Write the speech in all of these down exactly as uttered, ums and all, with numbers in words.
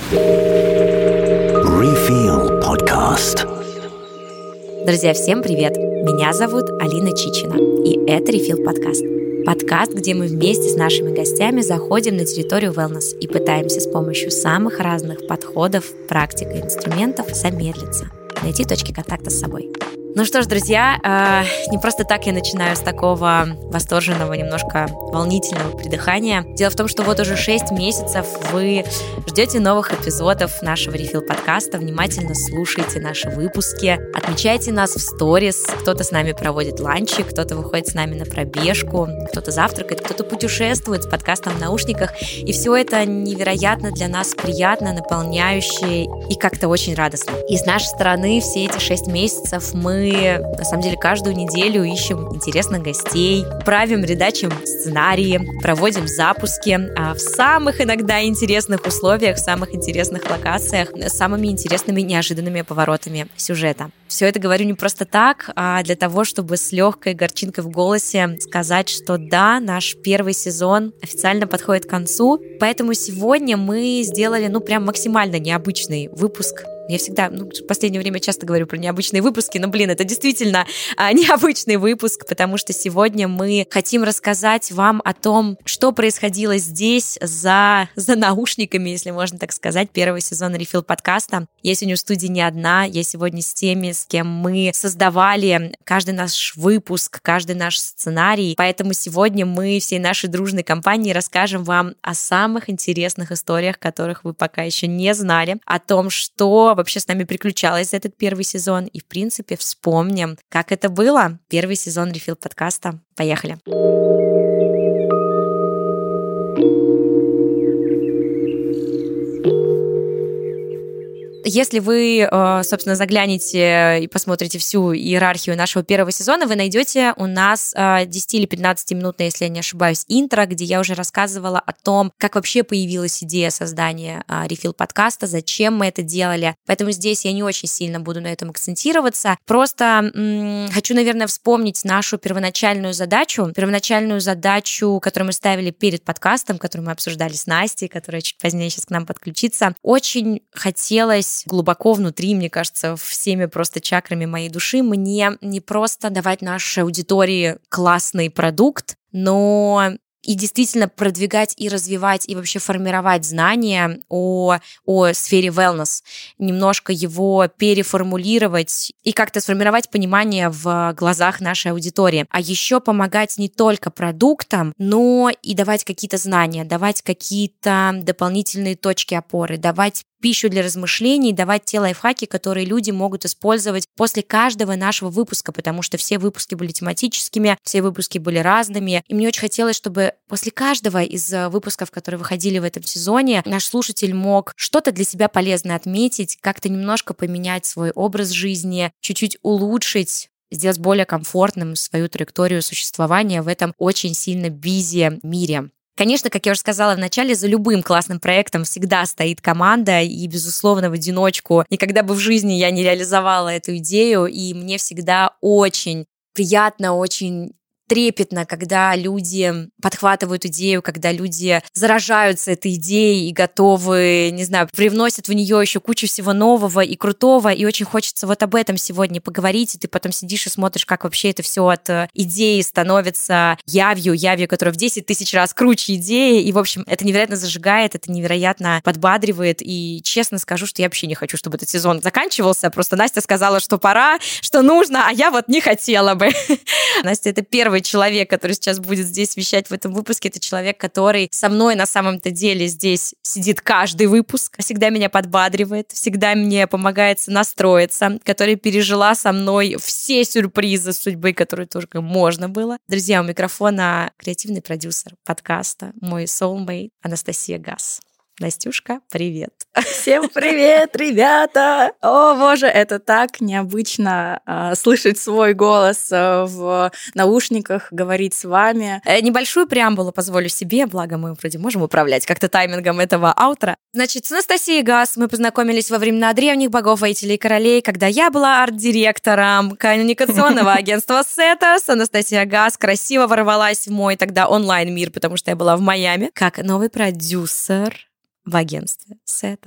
Refill Podcast. Друзья, всем привет! Меня зовут Алина Чичина, и это Refill Подкаст. Подкаст, где мы вместе с нашими гостями заходим на территорию wellness и пытаемся с помощью самых разных подходов, практик и инструментов замедлиться, найти точки контакта с собой. Ну что ж, друзья, э, не просто так я начинаю с такого восторженного, немножко волнительного придыхания. Дело в том, что вот уже шесть месяцев вы ждете новых эпизодов нашего Refill подкаста, внимательно слушаете наши выпуски, отмечаете нас в сторис, кто-то с нами проводит ланчи, кто-то выходит с нами на пробежку, кто-то завтракает, кто-то путешествует с подкастом в наушниках, и все это невероятно для нас приятно, наполняюще и как-то очень радостно. И с нашей стороны все эти шесть месяцев мы Мы, на самом деле, каждую неделю ищем интересных гостей, правим, редачим сценарии, проводим запуски в самых иногда интересных условиях, в самых интересных локациях, с самыми интересными неожиданными поворотами сюжета. Все это говорю не просто так, а для того, чтобы с легкой горчинкой в голосе сказать, что да, наш первый сезон официально подходит к концу, поэтому сегодня мы сделали, ну, прям максимально необычный выпуск. Я всегда, ну, в последнее время часто говорю про необычные выпуски, но, блин, это действительно а, необычный выпуск, потому что сегодня мы хотим рассказать вам о том, что происходило здесь за, за наушниками, если можно так сказать, первого сезона Refill подкаста. Я сегодня в студии не одна, я сегодня с теми, с кем мы создавали каждый наш выпуск, каждый наш сценарий, поэтому сегодня мы всей нашей дружной компанией расскажем вам о самых интересных историях, которых вы пока еще не знали, о том, что вообще с нами приключалось за этот первый сезон, и, в принципе, вспомним, как это было. Первый сезон Refill подкаста. Поехали! Если вы, собственно, заглянете и посмотрите всю иерархию нашего первого сезона, вы найдете у нас десять или пятнадцатиминутное, если я не ошибаюсь, интро, где я уже рассказывала о том, как вообще появилась идея создания Refill подкаста, зачем мы это делали. Поэтому здесь я не очень сильно буду на этом акцентироваться. Просто м- хочу, наверное, вспомнить нашу первоначальную задачу, первоначальную задачу, которую мы ставили перед подкастом, которую мы обсуждали с Настей, которая чуть позднее сейчас к нам подключится. Очень хотелось глубоко внутри, мне кажется, всеми просто чакрами моей души, мне не просто давать нашей аудитории классный продукт, но и действительно продвигать и развивать, и вообще формировать знания о, о сфере wellness, немножко его переформулировать и как-то сформировать понимание в глазах нашей аудитории. А еще помогать не только продуктам, но и давать какие-то знания, давать какие-то дополнительные точки опоры, давать пищу для размышлений, давать те лайфхаки, которые люди могут использовать после каждого нашего выпуска, потому что все выпуски были тематическими, все выпуски были разными, и мне очень хотелось, чтобы после каждого из выпусков, которые выходили в этом сезоне, наш слушатель мог что-то для себя полезное отметить, как-то немножко поменять свой образ жизни, чуть-чуть улучшить, сделать более комфортным свою траекторию существования в этом очень сильно бизи мире. Конечно, как я уже сказала в начале, за любым классным проектом всегда стоит команда, и, безусловно, в одиночку никогда бы в жизни я не реализовала эту идею, и мне всегда очень приятно, очень трепетно, когда люди подхватывают идею, когда люди заражаются этой идеей и готовы, не знаю, привносят в нее еще кучу всего нового и крутого, и очень хочется вот об этом сегодня поговорить, и ты потом сидишь и смотришь, как вообще это все от идеи становится явью, явью, которая в десять тысяч раз круче идеи, и, в общем, это невероятно зажигает, это невероятно подбадривает, и честно скажу, что я вообще не хочу, чтобы этот сезон заканчивался, просто Настя сказала, что пора, что нужно, а я вот не хотела бы. Настя — это первый человек, который сейчас будет здесь вещать в этом выпуске. Это человек, который со мной на самом-то деле здесь сидит каждый выпуск, всегда меня подбадривает, всегда мне помогает настроиться, которая пережила со мной все сюрпризы судьбы, которые только можно было. Друзья, у микрофона креативный продюсер подкаста, мой soulmate Анастасия Гас. Настюшка, привет. Всем привет, ребята! О, боже, это так необычно э, слышать свой голос э, в наушниках, говорить с вами. Э, небольшую преамбулу позволю себе, благо мы вроде можем управлять как-то таймингом этого аутро. Значит, с Анастасией Гас мы познакомились во времена древних богов, воителей и королей, когда я была арт-директором коммуникационного агентства Setters. Анастасия Гас красиво ворвалась в мой тогда онлайн-мир, потому что я была в Майами, как новый продюсер в агентстве Setters.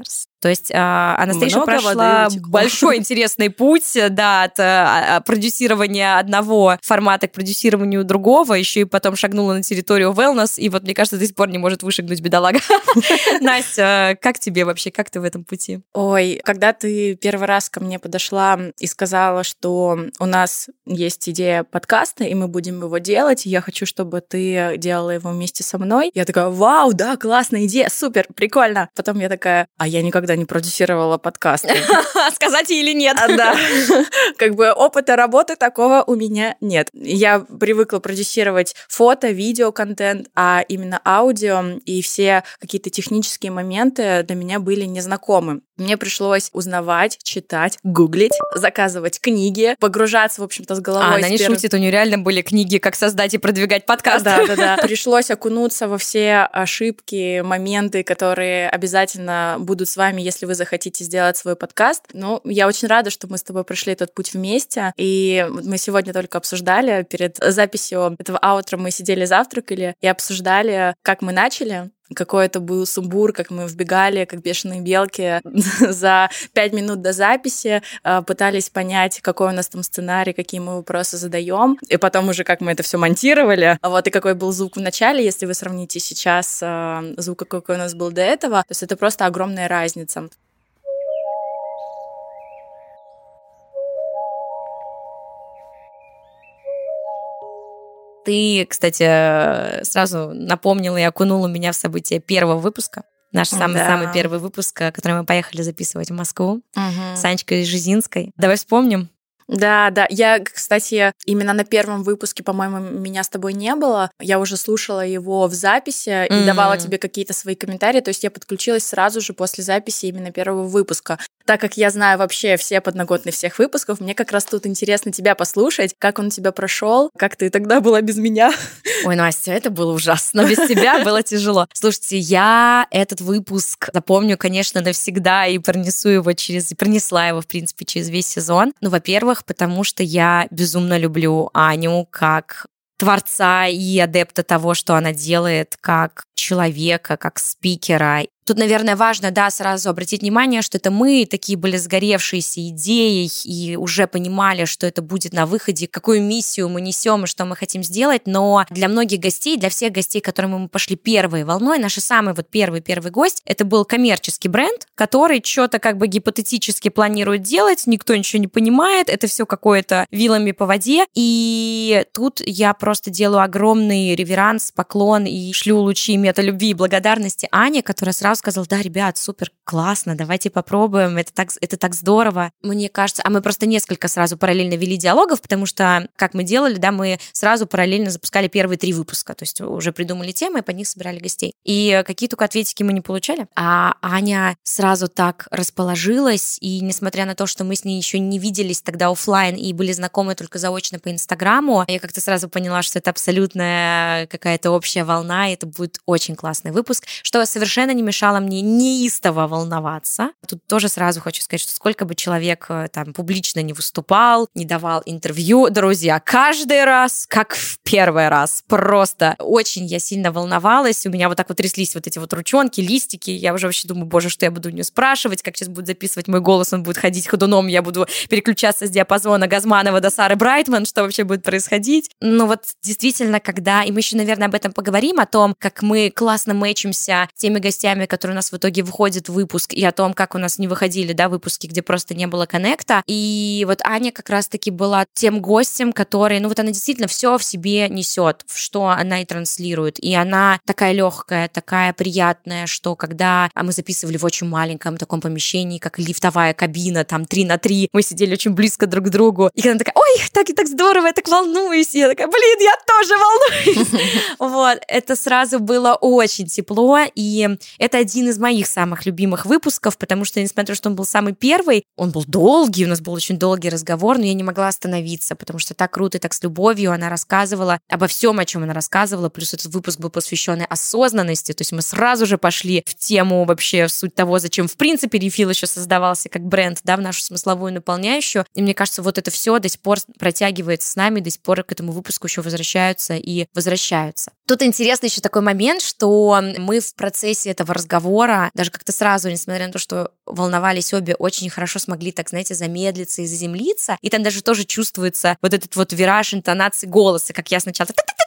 То есть Анастейша Много прошла воды утекло. большой интересный путь, да, от продюсирования одного формата к продюсированию другого, еще и потом шагнула на территорию wellness, и вот, мне кажется, до сих пор не может вышагнуть, бедолага. Настя, как тебе вообще, как ты в этом пути? Ой, когда ты первый раз ко мне подошла и сказала, что у нас есть идея подкаста, и мы будем его делать, и я хочу, чтобы ты делала его вместе со мной, я такая: вау, да, классная идея, супер, прикольно. Потом я такая: а я никогда не продюсировала подкасты. Сказать или нет? Да. Как бы опыта работы такого у меня нет. Я привыкла продюсировать фото, видео-контент, а именно аудио и все какие-то технические моменты для меня были незнакомы. Мне пришлось узнавать, читать, гуглить, заказывать книги, погружаться, в общем-то, с головой. А, она не первым... шутит, у нее реально были книги, как создать и продвигать подкаст. Да, да, да. Пришлось окунуться во все ошибки, моменты, которые обязательно будут с вами, если вы захотите сделать свой подкаст. Ну, я очень рада, что мы с тобой прошли этот путь вместе. И мы сегодня только обсуждали, перед записью этого аутро мы сидели, завтракали и обсуждали, как мы начали. Какой это был сумбур, как мы вбегали, как бешеные белки за пять минут до записи, пытались понять, какой у нас там сценарий, какие мы вопросы задаем, и потом уже как мы это все монтировали, вот, и какой был звук в начале, если вы сравните сейчас звук, какой у нас был до этого, то есть это просто огромная разница. Ты, кстати, сразу напомнила и окунула меня в события первого выпуска. Наш самый-самый Да. первый выпуск, который мы поехали записывать в Москву Угу. с Анечкой Жизинской. Давай вспомним. Да, да. Я, кстати, именно на первом выпуске, по-моему, меня с тобой не было. Я уже слушала его в записи и Mm. давала тебе какие-то свои комментарии. То есть я подключилась сразу же после записи именно первого выпуска. Так как я знаю вообще все подноготные всех выпусков, мне как раз тут интересно тебя послушать, как он у тебя прошел, как ты тогда была без меня. Ой, Настя, это было ужасно. Без тебя было тяжело. Слушайте, я этот выпуск запомню, конечно, навсегда и пронесу его через... Пронесла его, в принципе, через весь сезон. Ну, во-первых, потому что я безумно люблю Аню как творца и адепта того, что она делает, как человека, как спикера. Тут, наверное, важно, да, сразу обратить внимание, что это мы такие были сгоревшиеся идеей и уже понимали, что это будет на выходе, какую миссию мы несем и что мы хотим сделать, но для многих гостей, для всех гостей, к которым мы пошли первой волной, наш самый вот первый-первый гость, это был коммерческий бренд, который что-то как бы гипотетически планирует делать, никто ничего не понимает, это все какое-то вилами по воде, и тут я просто делаю огромный реверанс, поклон и шлю лучи мета-любви и благодарности Ане, которая сразу сказал: да, ребят, супер, классно, давайте попробуем, это так, это так здорово. Мне кажется, а мы просто несколько сразу параллельно вели диалогов, потому что, как мы делали, да, мы сразу параллельно запускали первые три выпуска, то есть уже придумали темы и под них собирали гостей. И какие только ответики мы не получали, а Аня сразу так расположилась, и несмотря на то, что мы с ней еще не виделись тогда офлайн и были знакомы только заочно по Инстаграму, я как-то сразу поняла, что это абсолютная какая-то общая волна, и это будет очень классный выпуск, что совершенно не мешало мне неистово волноваться. Тут тоже сразу хочу сказать, что сколько бы человек там публично не выступал, не давал интервью, друзья, каждый раз, как в первый раз, просто очень я сильно волновалась, у меня вот так вот тряслись вот эти вот ручонки, листики, я уже вообще думаю, боже, что я буду у нее спрашивать, как сейчас будет записывать мой голос, он будет ходить ходуном, я буду переключаться с диапазона Газманова до Сары Брайтман, что вообще будет происходить. Но вот действительно, когда, и мы еще, наверное, об этом поговорим, о том, как мы классно мэчимся с теми гостями, которые у нас в итоге выходят в выпуск, и о том, как у нас не выходили, да, выпуски, где просто не было коннекта. И вот Аня как раз-таки была тем гостем, который, ну вот она действительно все в себе несет, что она и транслирует. И она такая легкая, такая приятная, что когда мы записывали в очень маленьком таком помещении, как лифтовая кабина, там три на три, мы сидели очень близко друг к другу, и она такая: ой, так и так здорово, я так волнуюсь. И я такая: блин, я тоже волнуюсь. Вот, это сразу было очень тепло, и это один из моих самых любимых выпусков, потому что, несмотря на то, что он был самый первый, он был долгий, у нас был очень долгий разговор, но я не могла остановиться, потому что так круто и так с любовью она рассказывала обо всем, о чем она рассказывала, плюс этот выпуск был посвящен осознанности, то есть мы сразу же пошли в тему вообще, в суть того, зачем в принципе Refill еще создавался как бренд, да, в нашу смысловую наполняющую, и мне кажется, вот это все до сих пор протягивается с нами, до сих пор к этому выпуску еще возвращаются и возвращаются. Тут интересный еще такой момент, что мы в процессе этого разговора, даже как-то сразу, несмотря на то, что волновались обе, очень хорошо смогли, так, знаете, замедлиться и заземлиться, и там даже тоже чувствуется вот этот вот вираж интонации голоса, как я сначала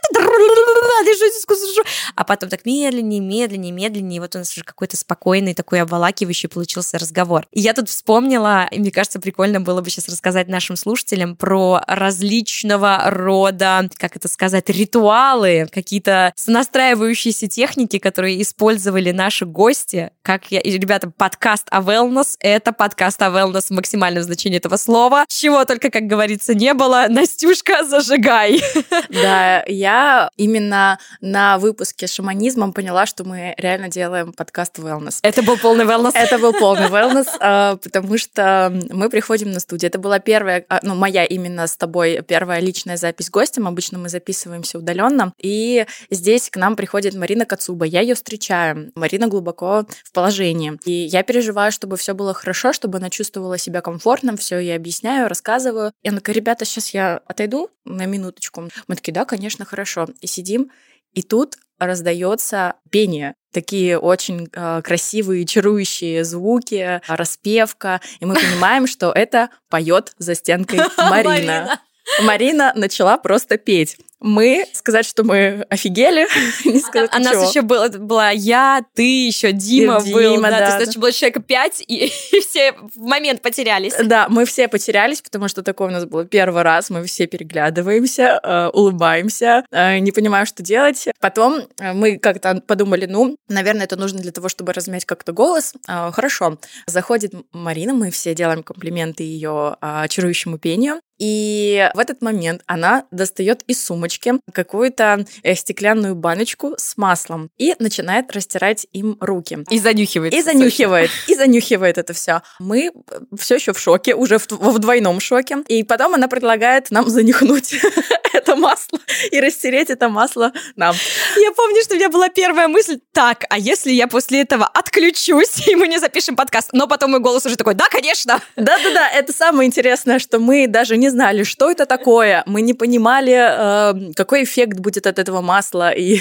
а потом так медленнее, медленнее, медленнее, и вот у нас уже какой-то спокойный, такой обволакивающий получился разговор. И я тут вспомнила, и мне кажется, прикольно было бы сейчас рассказать нашим слушателям про различного рода, как это сказать, ритуалы, какие-то сонастраивающиеся техники, которые использовали наши гости. Как я... И, ребята, подкаст о wellness — это подкаст о wellness в максимальном значении этого слова. Чего только, как говорится, не было. Настюшка, зажигай! Да, я именно на выпуске с шаманизмом поняла, что мы реально делаем подкаст wellness. Это был полный wellness? Это был полный wellness, потому что мы приходим на студию. Это была первая, ну, моя именно с тобой первая личная запись гостем. Обычно мы записываемся удаленно. И здесь к нам приходит Марина Кацуба. Я ее встречаю. Марина глубоко в положении. И я переживаю, чтобы все было хорошо, чтобы она чувствовала себя комфортно. Все я объясняю, рассказываю. И она говорит: ребята, сейчас я отойду на минуточку. Мы такие: да, конечно, хорошо. И сидим, и тут раздается пение. Такие очень э, красивые, чарующие звуки, распевка. И мы понимаем, что это поет за стенкой Марина. Марина начала просто петь. Мы сказать, что мы офигели, не сказать а ничего. нас еще было, была я, ты, еще Дима, Дима был. Да, да. То есть, было человека пять, и, и все в момент потерялись. Да, мы все потерялись, потому что такое у нас было первый раз. Мы все переглядываемся, э, улыбаемся, э, не понимаем, что делать. Потом мы как-то подумали, ну, наверное, это нужно для того, чтобы размять как-то голос. Э, хорошо. Заходит Марина, мы все делаем комплименты ее э, чарующему пению. И в этот момент она достает из сумочки какую-то стеклянную баночку с маслом и начинает растирать им руки. И занюхивает. И занюхивает. И занюхивает это все. Мы все еще в шоке, уже в двойном шоке. И потом она предлагает нам занюхнуть это масло и растереть это масло нам. Я помню, что у меня была первая мысль: так, а если я после этого отключусь, и мы не запишем подкаст? Но потом мой голос уже такой: да, конечно. Да-да-да, это самое интересное, что мы даже не знали, что это такое. Мы не понимали, э, какой эффект будет от этого масла и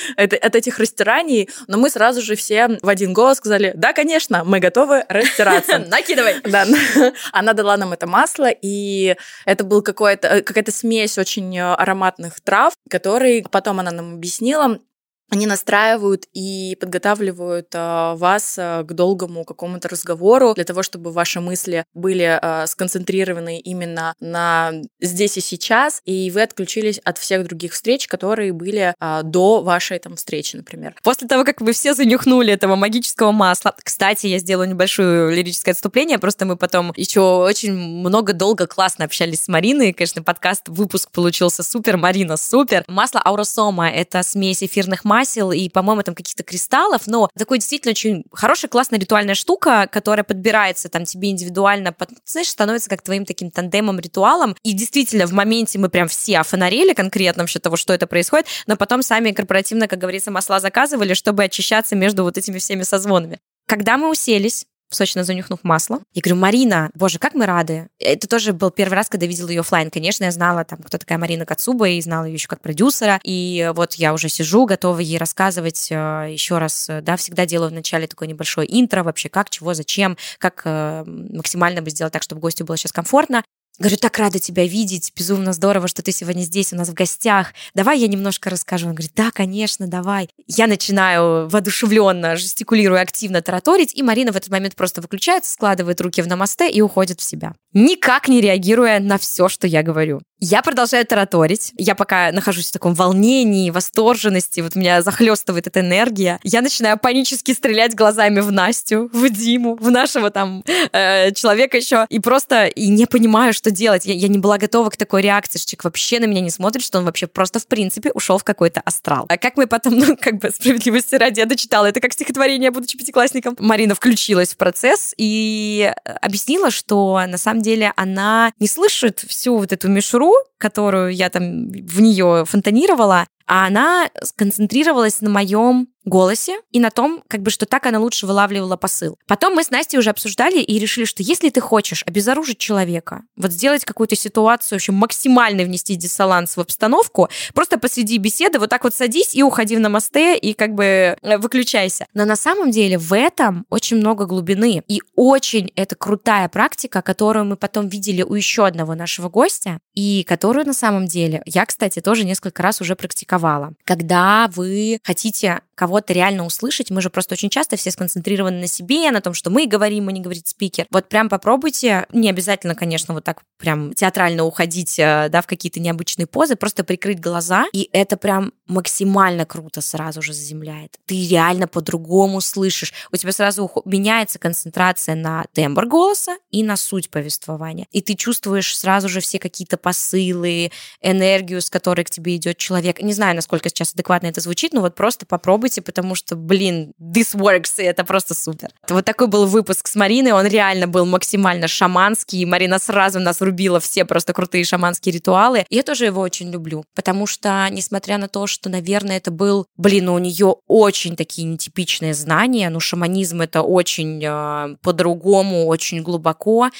от этих растираний. Но мы сразу же все в один голос сказали: да, конечно, мы готовы растираться. Накидывай. Да. Она дала нам это масло, и это был какой-то, какая-то смесь очень ароматных трав, которые потом она нам объяснила. Они настраивают и подготавливают а, вас а, к долгому какому-то разговору для того, чтобы ваши мысли были а, сконцентрированы именно на здесь и сейчас, и вы отключились от всех других встреч, которые были а, до вашей там встречи, например. После того, как вы все занюхнули этого магического масла, кстати, я сделаю небольшое лирическое отступление, просто мы потом еще очень много, долго, классно общались с Мариной, конечно, подкаст, выпуск получился супер, Марина супер. Масло Ауросома — это смесь эфирных масел и, по-моему, там каких-то кристаллов, но такой действительно очень хорошая, классная ритуальная штука, которая подбирается там тебе индивидуально, знаешь, становится как твоим таким тандемом, ритуалом. И действительно, в моменте мы прям все офонарели конкретно насчет того, что это происходит, но потом сами корпоративно, как говорится, масла заказывали, чтобы очищаться между вот этими всеми созвонами. Когда мы уселись, сочно занюхнув масло, я говорю: Марина, боже, как мы рады. Это тоже был первый раз, когда видела ее офлайн. Конечно, я знала, там, кто такая Марина Кацуба, и знала ее еще как продюсера. И вот я уже сижу, готова ей рассказывать еще раз. Да, всегда делаю вначале такое небольшое интро, вообще как, чего, зачем, как максимально бы сделать так, чтобы гостю было сейчас комфортно. Говорю: так рада тебя видеть, безумно здорово, что ты сегодня здесь у нас в гостях. Давай я немножко расскажу. Он говорит: да, конечно, давай. Я начинаю воодушевленно, жестикулирую, активно тараторить, и Марина в этот момент просто выключается, складывает руки в намасте и уходит в себя, никак не реагируя на все, что я говорю. Я продолжаю тараторить. Я пока нахожусь в таком волнении, восторженности, вот меня захлестывает эта энергия. Я начинаю панически стрелять глазами в Настю, в Диму, в нашего там э, человека еще, и просто и не понимаю, что делать. Я, я не была готова к такой реакции, что человек вообще на меня не смотрит, что он вообще просто в принципе ушел в какой-то астрал. А как мы потом, ну, как бы справедливости ради, я дочитала это как стихотворение, будучи пятиклассником. Марина включилась в процесс и объяснила, что на самом деле она не слышит всю вот эту мишуру, которую я там в нее фонтанировала, а она сконцентрировалась на моем голосе и на том, как бы, что так она лучше вылавливала посыл. Потом мы с Настей уже обсуждали и решили, что если ты хочешь обезоружить человека, вот сделать какую-то ситуацию, в общем, максимально внести диссонанс в обстановку, просто посреди беседы вот так вот садись и уходи в намасте, и как бы выключайся. Но на самом деле в этом очень много глубины. И очень это крутая практика, которую мы потом видели у еще одного нашего гостя, и которую на самом деле я, кстати, тоже несколько раз уже практиковала. Когда вы хотите кого-то реально услышать, мы же просто очень часто все сконцентрированы на себе, на том, что мы говорим, а не говорит спикер. Вот прям попробуйте, не обязательно, конечно, вот так прям театрально уходить, да, в какие-то необычные позы, просто прикрыть глаза, и это прям максимально круто сразу же заземляет. Ты реально по-другому слышишь. У тебя сразу меняется концентрация на тембр голоса и на суть повествования. И ты чувствуешь сразу же все какие-то посылы, энергию, с которой к тебе идет человек. Не знаю, насколько сейчас адекватно это звучит, но вот просто попробуйте, потому что, блин, this works, и это просто супер. Вот такой был выпуск с Мариной, он реально был максимально шаманский. Марина сразу нас рубила все просто крутые шаманские ритуалы. И я тоже его очень люблю, потому что, несмотря на то, что, наверное, это был, блин, ну, у нее очень такие нетипичные знания, ну, шаманизм — это очень э, по-другому, очень глубоко,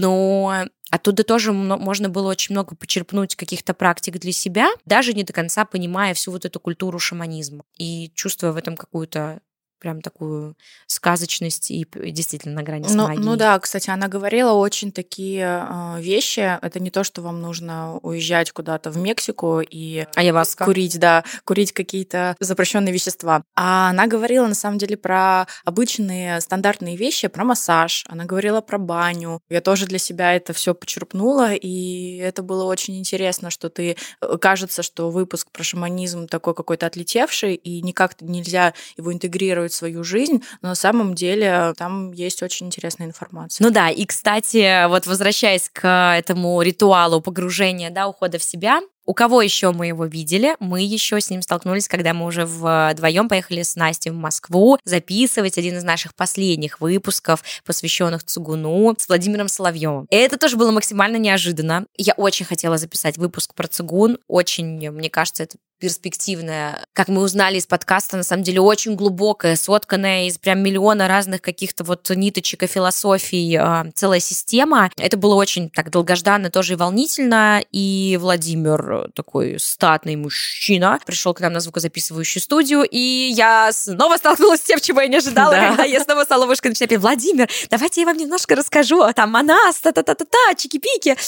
но оттуда тоже можно было очень много почерпнуть каких-то практик для себя, даже не до конца понимая всю вот эту культуру шаманизма и чувствуя в этом какую-то прям такую сказочность и действительно на грани с ну, магией. Ну да, кстати, она говорила очень такие э, вещи. Это не то, что вам нужно уезжать куда-то в Мексику и Айаваска. курить, да, курить какие-то запрещенные вещества. А она говорила на самом деле про обычные стандартные вещи, про массаж. Она говорила про баню. Я тоже для себя это все почерпнула, и это было очень интересно, что ты кажется, что выпуск про шаманизм такой какой-то отлетевший, и никак нельзя его интегрировать в свою жизнь, но на самом деле там есть очень интересная информация. Ну да, и, кстати, вот возвращаясь к этому ритуалу погружения, да, ухода в себя, у кого еще мы его видели? Мы еще с ним столкнулись, когда мы уже вдвоем поехали с Настей в Москву записывать один из наших последних выпусков, посвященных цигуну, с Владимиром Соловьевым. И это тоже было максимально неожиданно. Я очень хотела записать выпуск про цигун. Очень, мне кажется, это перспективная, как мы узнали из подкаста, на самом деле очень глубокая, сотканная из прям миллиона разных каких-то вот ниточек и философий целая система. Это было очень так долгожданно, тоже и волнительно. И Владимир, такой статный мужчина, пришел к нам на звукозаписывающую студию, и я снова столкнулась с тем, чего я не ожидала, да. Когда я снова стала вышкой начала петь: Владимир, давайте я вам немножко расскажу, там о нас, та-та-та-та-та, чики-пики.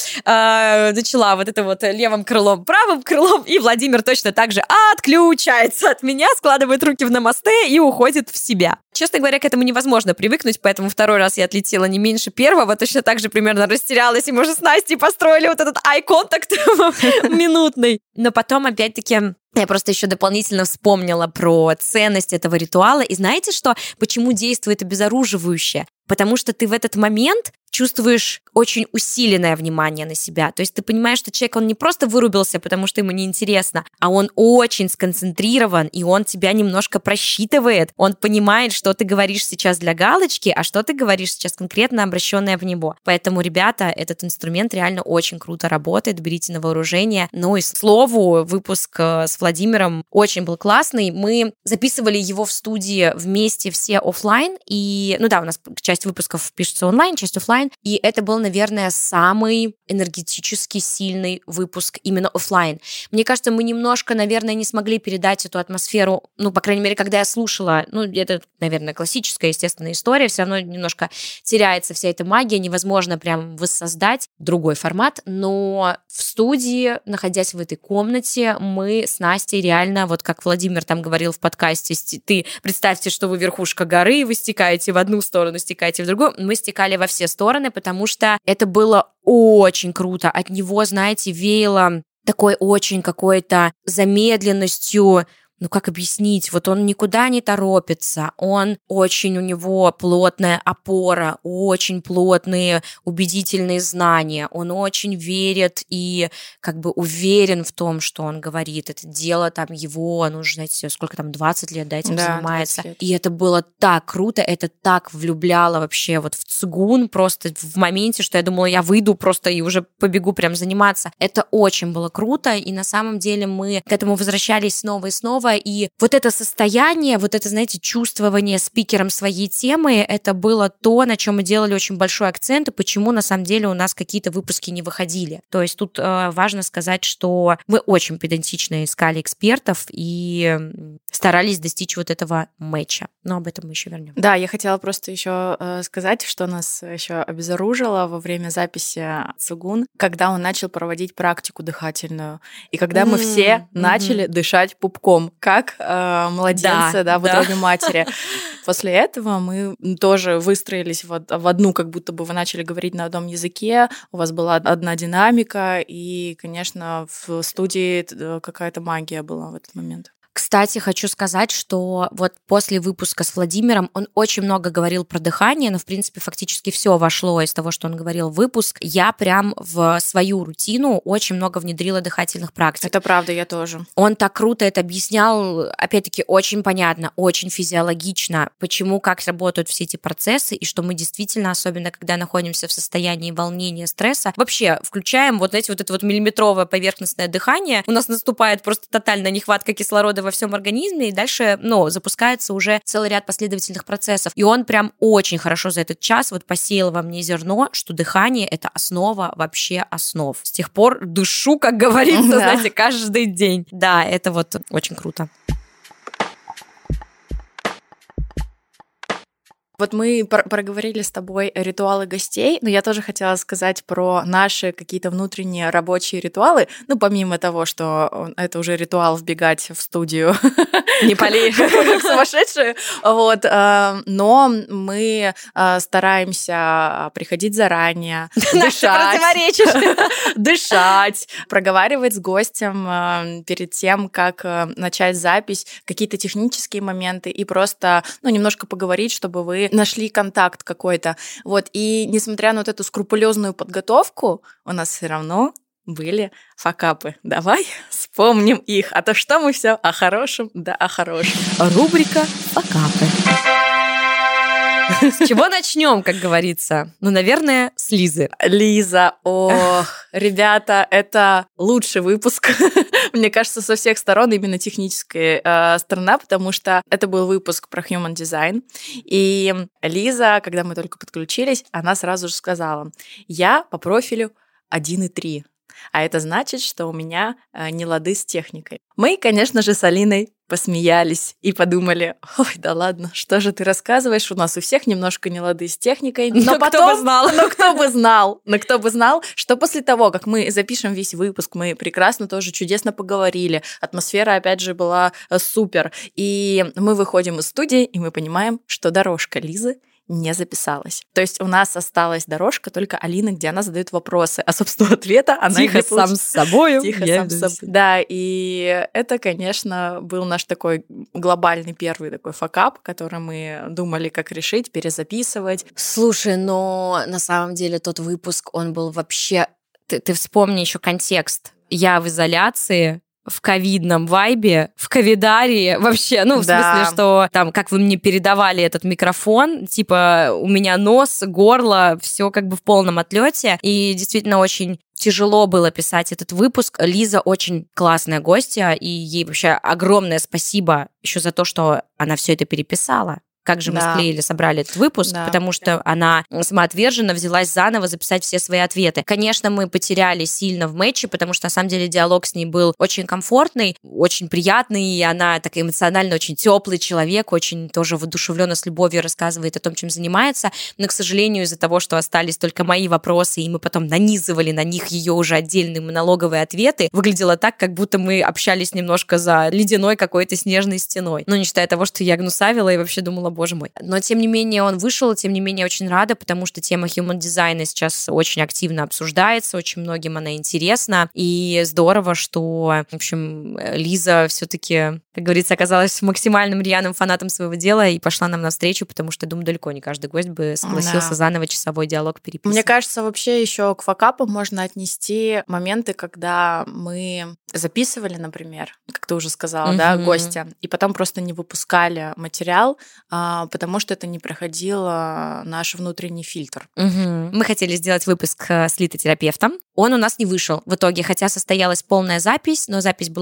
А, начала вот это вот левым крылом, правым крылом, и Владимир точно также отключается от меня, складывает руки в намасте и уходит в себя. Честно говоря, к этому невозможно привыкнуть, поэтому второй раз я отлетела не меньше первого, точно так же примерно растерялась, и мы уже с Настей построили вот этот eye-contact минутный. Но потом, опять-таки, я просто еще дополнительно вспомнила про ценность этого ритуала. И знаете что? Почему действует обезоруживающе? Потому что ты в этот момент чувствуешь очень усиленное внимание на себя. То есть ты понимаешь, что человек, он не просто вырубился, потому что ему неинтересно, а он очень сконцентрирован, и он тебя немножко просчитывает. Он понимает, что ты говоришь сейчас для галочки, а что ты говоришь сейчас конкретно обращенное в него. Поэтому, ребята, этот инструмент реально очень круто работает. Берите на вооружение. Ну и, к слову, выпуск с Владимиром очень был классный. Мы записывали его в студии вместе все офлайн. И, ну да, у нас часть выпусков пишется онлайн, часть офлайн. И это был, наверное, самый энергетически сильный выпуск именно офлайн. Мне кажется, мы немножко, наверное, не смогли передать эту атмосферу, ну, по крайней мере, когда я слушала, ну, это, наверное, классическая, естественная история, все равно немножко теряется вся эта магия, невозможно прям воссоздать другой формат, но в студии, находясь в этой комнате, мы с Настей реально, вот как Владимир там говорил в подкасте, ты представьте, что вы верхушка горы, вы стекаете в одну сторону, стекаете в другую, мы стекали во все стороны, потому что это было очень круто. От него, знаете, веяло такой очень какой-то замедленностью. Ну, как объяснить? Вот он никуда не торопится, он очень, у него плотная опора, очень плотные убедительные знания, он очень верит и как бы уверен в том, что он говорит. Это дело там его, он уже, знаете, сколько там, двадцать лет, да, этим да, занимается. И это было так круто, это так влюбляло вообще вот в цигун, просто в моменте, что я думала, я выйду просто и уже побегу прям заниматься. Это очень было круто, и на самом деле мы к этому возвращались снова и снова. клево, и вот это состояние, вот это, знаете, чувствование спикером своей темы, это было то, на чем мы делали очень большой акцент, и почему, на самом деле, у нас какие-то выпуски не выходили. То есть тут э, важно сказать, что мы очень педантично искали экспертов и старались достичь вот этого матча. Но об этом мы еще вернем. Да, я хотела просто еще э, сказать, что нас еще обезоружило во время записи Цугун, когда он начал проводить практику дыхательную, и когда mm-hmm. мы все начали mm-hmm. дышать пупком, как э, младенцы, да, да, в утробе да. матери. После этого мы тоже выстроились в, в одну, как будто бы вы начали говорить на одном языке, у вас была одна динамика, и, конечно, в студии какая-то магия была в этот момент. Кстати, хочу сказать, что вот после выпуска с Владимиром он очень много говорил про дыхание, но, в принципе, фактически все вошло из того, что он говорил в выпуск. Я прям в свою рутину очень много внедрила дыхательных практик. Это правда, я тоже. Он так круто это объяснял, опять-таки, очень понятно, очень физиологично, почему, как работают все эти процессы, и что мы действительно, особенно когда находимся в состоянии волнения, стресса, вообще включаем вот эти вот это вот миллиметровое поверхностное дыхание, у нас наступает просто тотальная нехватка кислорода во всем организме, и дальше, ну, запускается уже целый ряд последовательных процессов. И он прям очень хорошо за этот час вот посеял во мне зерно, что дыхание — это основа вообще основ. С тех пор дышу, как говорится, да. знаете, каждый день. Да, это вот очень круто. Вот мы проговорили с тобой ритуалы гостей, но я тоже хотела сказать про наши какие-то внутренние рабочие ритуалы. Ну, помимо того, что это уже ритуал вбегать в студию. Не полей. Как сумасшедшие. Вот. Но мы стараемся приходить заранее, дышать. Дышать, проговаривать с гостем перед тем, как начать запись, какие-то технические моменты и просто, ну, немножко поговорить, чтобы вы нашли контакт какой-то. Вот. И несмотря на вот эту скрупулезную подготовку, у нас все равно были факапы. Давай вспомним их. А то что мы все о хорошем, да о хорошем. Рубрика «Факапы». С чего начнем, как говорится? Ну, наверное, с Лизы. Лиза, ох, ребята, это лучший выпуск, мне кажется, со всех сторон, именно техническая э, сторона, потому что это был выпуск про Human Design. И Лиза, когда мы только подключились, она сразу же сказала: я по профилю один и три. А это значит, что у меня э, не лады с техникой. Мы, конечно же, с Алиной посмеялись и подумали: ой, да ладно, что же ты рассказываешь, у нас у всех немножко не лады с техникой. Но, но потом, кто бы знал, но кто бы знал, но кто бы знал, что после того, как мы запишем весь выпуск, мы прекрасно тоже чудесно поговорили, атмосфера, опять же, была супер, и мы выходим из студии, и мы понимаем, что дорожка Лизы не записалась. То есть у нас осталась дорожка только Алины, где она задает вопросы, а, собственно, ответа она Тихо не сам с собой. Тихо сам с собой. Да, и это, конечно, был наш такой глобальный первый такой факап, который мы думали, как решить, перезаписывать. Слушай, но на самом деле тот выпуск, он был вообще... Ты, ты вспомни еще контекст. Я в изоляции, в ковидном вайбе, в ковидарии вообще, ну, в да. смысле, что там, как вы мне передавали этот микрофон, типа, у меня нос, горло, все как бы в полном отлете, и действительно очень тяжело было писать этот выпуск. Лиза очень классная гостья, и ей вообще огромное спасибо еще за то, что она все это переписала. Как же мы да. склеили, собрали этот выпуск, да. потому что она самоотверженно взялась заново записать все свои ответы. Конечно, мы потеряли сильно в матче, потому что, на самом деле, диалог с ней был очень комфортный, очень приятный, и она такая эмоционально очень теплый человек, очень тоже воодушевленно с любовью рассказывает о том, чем занимается. Но, к сожалению, из-за того, что остались только мои вопросы, и мы потом нанизывали на них ее уже отдельные монологовые ответы, выглядело так, как будто мы общались немножко за ледяной какой-то снежной стеной. Ну, не считая того, что я гнусавила и вообще думала: боже мой. Но, тем не менее, он вышел, тем не менее, очень рада, потому что тема human design сейчас очень активно обсуждается, очень многим она интересна, и здорово, что, в общем, Лиза все-таки, как говорится, оказалась максимальным рьяным фанатом своего дела и пошла нам навстречу, потому что, думаю, далеко не каждый гость бы согласился да. заново часовой диалог переписывать. Мне кажется, вообще еще к факапам можно отнести моменты, когда мы записывали, например, как ты уже сказала, mm-hmm. да, гостя, и потом просто не выпускали материал, потому что это не проходил наш внутренний фильтр. Угу. Мы хотели сделать выпуск с литотерапевтом. Он у нас не вышел в итоге, хотя состоялась полная запись, но запись была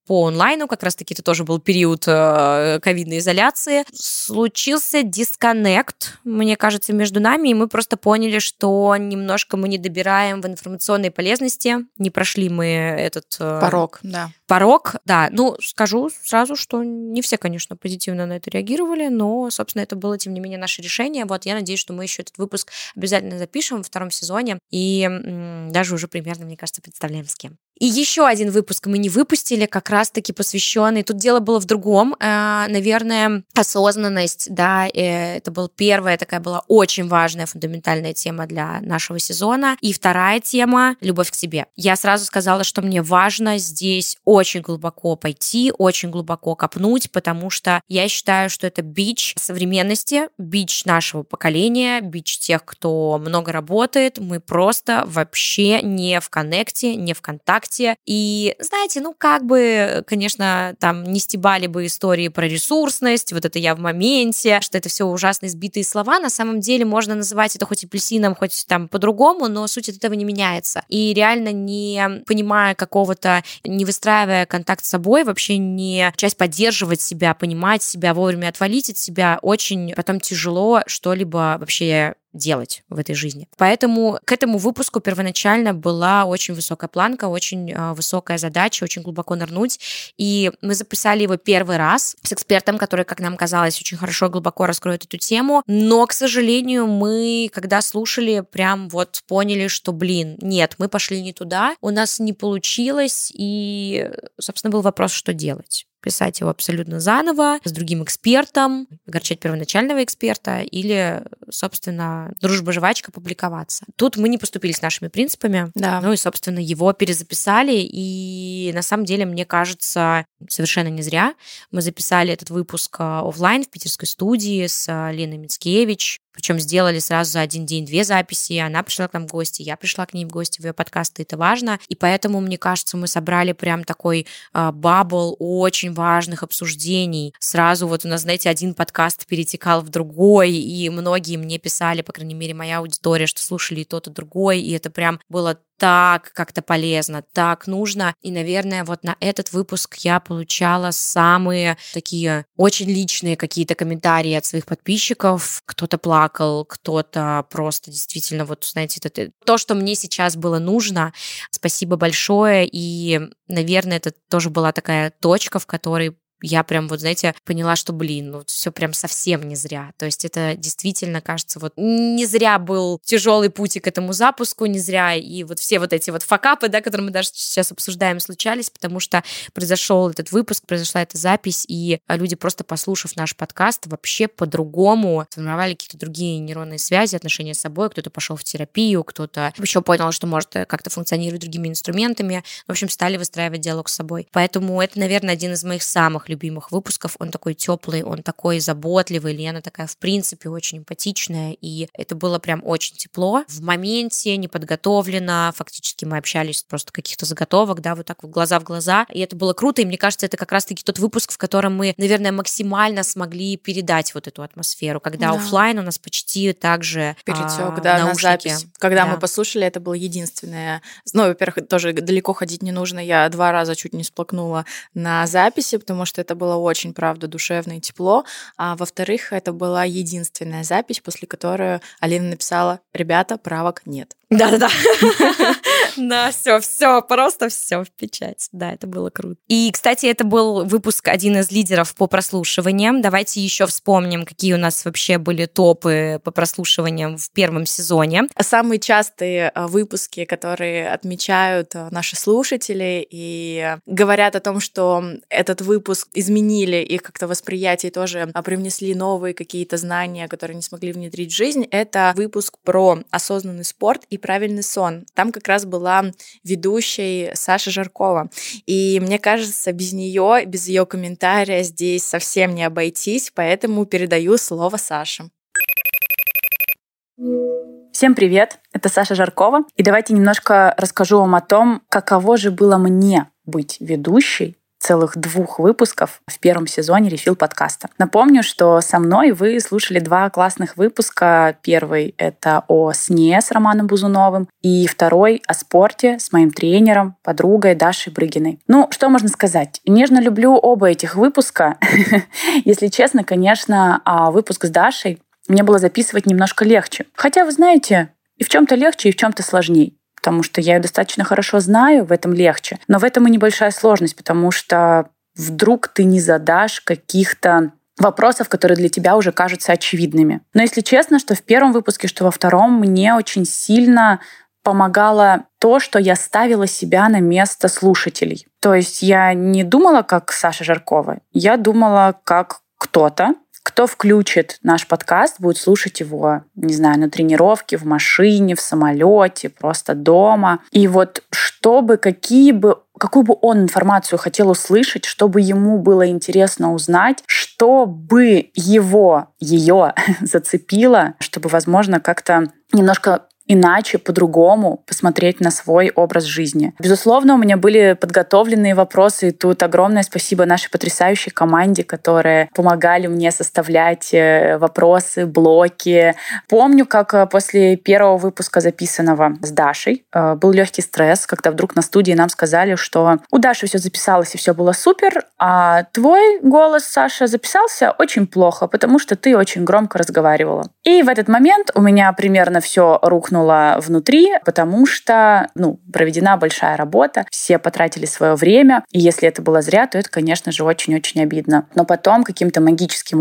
по онлайну, как раз-таки это тоже был период э, ковидной изоляции. Случился дисконнект, мне кажется, между нами, и мы просто поняли, что немножко мы не добираем в информационной полезности, не прошли мы этот... Э, порог, да. Порог, да. Ну, скажу сразу, что не все, конечно, позитивно на это реагировали, но, собственно, это было, тем не менее, наше решение. Вот, я надеюсь, что мы еще этот выпуск обязательно запишем во втором сезоне, и м- даже уже примерно, мне кажется, представляем с кем. И еще один выпуск мы не выпустили, как раз-таки посвященный. Тут дело было в другом. Э, наверное, осознанность, да, э, это была первая такая была очень важная, фундаментальная тема для нашего сезона. И вторая тема — любовь к себе. Я сразу сказала, что мне важно здесь очень глубоко пойти, очень глубоко копнуть, потому что я считаю, что это бич современности, бич нашего поколения, бич тех, кто много работает. Мы просто вообще не в коннекте, не в контакте. И, знаете, ну, как бы, конечно, там не стебали бы истории про ресурсность, вот это я в моменте, что это все ужасно избитые слова. На самом деле можно называть это хоть апельсином, хоть там по-другому, но суть от этого не меняется. И реально не понимая какого-то, не выстраивая контакт с собой, вообще не часть поддерживать себя, понимать себя, вовремя отвалить от себя, очень потом тяжело что-либо вообще делать в этой жизни. Поэтому к этому выпуску первоначально была очень высокая планка, очень э, высокая задача, очень глубоко нырнуть. И мы записали его первый раз с экспертом, который, как нам казалось, очень хорошо и глубоко раскроет эту тему. Но, к сожалению, мы, когда слушали, прям вот поняли, что, блин, нет, мы пошли не туда, у нас не получилось, и, собственно, был вопрос, что делать. Писать его абсолютно заново, с другим экспертом, огорчать первоначального эксперта или, собственно, дружба-жвачка публиковаться. Тут мы не поступили с нашими принципами, да. Ну и, собственно, его перезаписали, и на самом деле, мне кажется, совершенно не зря. Мы записали этот выпуск офлайн в питерской студии с Леной Мицкевич, причем сделали сразу за один день две записи. Она пришла к нам в гости, я пришла к ней в гости в ее подкасты, это важно. И поэтому, мне кажется, мы собрали прям такой э, бабл очень важных обсуждений. Сразу вот у нас, знаете, один подкаст перетекал в другой, и многие мне писали, по крайней мере, моя аудитория, что слушали и тот, и другой, и это прям было так как-то полезно, так нужно. И, наверное, вот на этот выпуск я получала самые такие очень личные какие-то комментарии от своих подписчиков. Кто-то плакал, кто-то просто действительно, вот, знаете, это, то, что мне сейчас было нужно. Спасибо большое. И, наверное, это тоже была такая точка, в которой я прям, вот, знаете, поняла, что, блин, ну, все прям совсем не зря. То есть это действительно, кажется, вот не зря был тяжелый путь к этому запуску, не зря и вот все вот эти вот факапы, да, которые мы даже сейчас обсуждаем, случались, потому что произошел этот выпуск, произошла эта запись, и люди, просто послушав наш подкаст, вообще по-другому сформировали какие-то другие нейронные связи, отношения с собой, кто-то пошел в терапию, кто-то еще понял, что может как-то функционировать другими инструментами, в общем, стали выстраивать диалог с собой. Поэтому это, наверное, один из моих самых любимых выпусков. Он такой теплый, он такой заботливый. Лена такая, в принципе, очень эмпатичная, и это было прям очень тепло. В моменте, неподготовлено, фактически мы общались просто каких-то заготовок, да, вот так вот глаза в глаза, и это было круто, и мне кажется, это как раз-таки тот выпуск, в котором мы, наверное, максимально смогли передать вот эту атмосферу, когда да. офлайн у нас почти так же перетек, а, да, на запись. Когда да. мы послушали, это было единственное. Ну, во-первых, тоже далеко ходить не нужно, я два раза чуть не сплакнула на записи, потому что это было очень, правда, душевно и тепло. А во-вторых, это была единственная запись, после которой Алина написала: «Ребята, правок нет». Да-да-да. Да, все, все, просто все в печать. Да, это было круто. И, кстати, это был выпуск, один из лидеров по прослушиваниям. Давайте еще вспомним, какие у нас вообще были топы по прослушиваниям в первом сезоне. Самые частые выпуски, которые отмечают наши слушатели и говорят о том, что этот выпуск изменили их как-то восприятие, тоже привнесли новые какие-то знания, которые не смогли внедрить в жизнь, это выпуск про осознанный спорт и правильный сон. Там как раз была ведущей Саша Жаркова. И мне кажется, без нее, без ее комментария здесь совсем не обойтись, поэтому передаю слово Саше. Всем привет, это Саша Жаркова. И давайте немножко расскажу вам о том, каково же было мне быть ведущей целых двух выпусков в первом сезоне Refill подкаста. Напомню, что со мной вы слушали два классных выпуска. Первый — это о сне с Романом Бузуновым, и второй — о спорте с моим тренером, подругой Дашей Брыгиной. Ну, что можно сказать? Нежно люблю оба этих выпуска. Если честно, конечно, выпуск с Дашей мне было записывать немножко легче. Хотя, вы знаете, и в чем-то легче, и в чем-то сложнее. Потому что я ее достаточно хорошо знаю, в этом легче. Но в этом и небольшая сложность, потому что вдруг ты не задашь каких-то вопросов, которые для тебя уже кажутся очевидными. Но если честно, что в первом выпуске, что во втором, мне очень сильно помогало то, что я ставила себя на место слушателей. То есть я не думала, как Саша Жаркова, я думала, как кто-то, кто включит наш подкаст, будет слушать его, не знаю, на тренировке, в машине, в самолете, просто дома. И вот чтобы какие бы, какую бы он информацию хотел услышать, чтобы ему было интересно узнать, чтобы его, ее зацепило, чтобы, возможно, как-то немножко иначе, по-другому посмотреть на свой образ жизни. Безусловно, у меня были подготовленные вопросы, и тут огромное спасибо нашей потрясающей команде, которые помогали мне составлять вопросы, блоки. Помню, как после первого выпуска, записанного с Дашей, был легкий стресс, когда вдруг на студии нам сказали, что у Даши все записалось и все было супер, а твой голос, Саша, записался очень плохо, потому что ты очень громко разговаривала. И в этот момент у меня примерно все рухнуло внутри, потому что, ну, проведена большая работа, все потратили свое время, и если это было зря, то это, конечно же, очень-очень обидно. Но потом каким-то магическим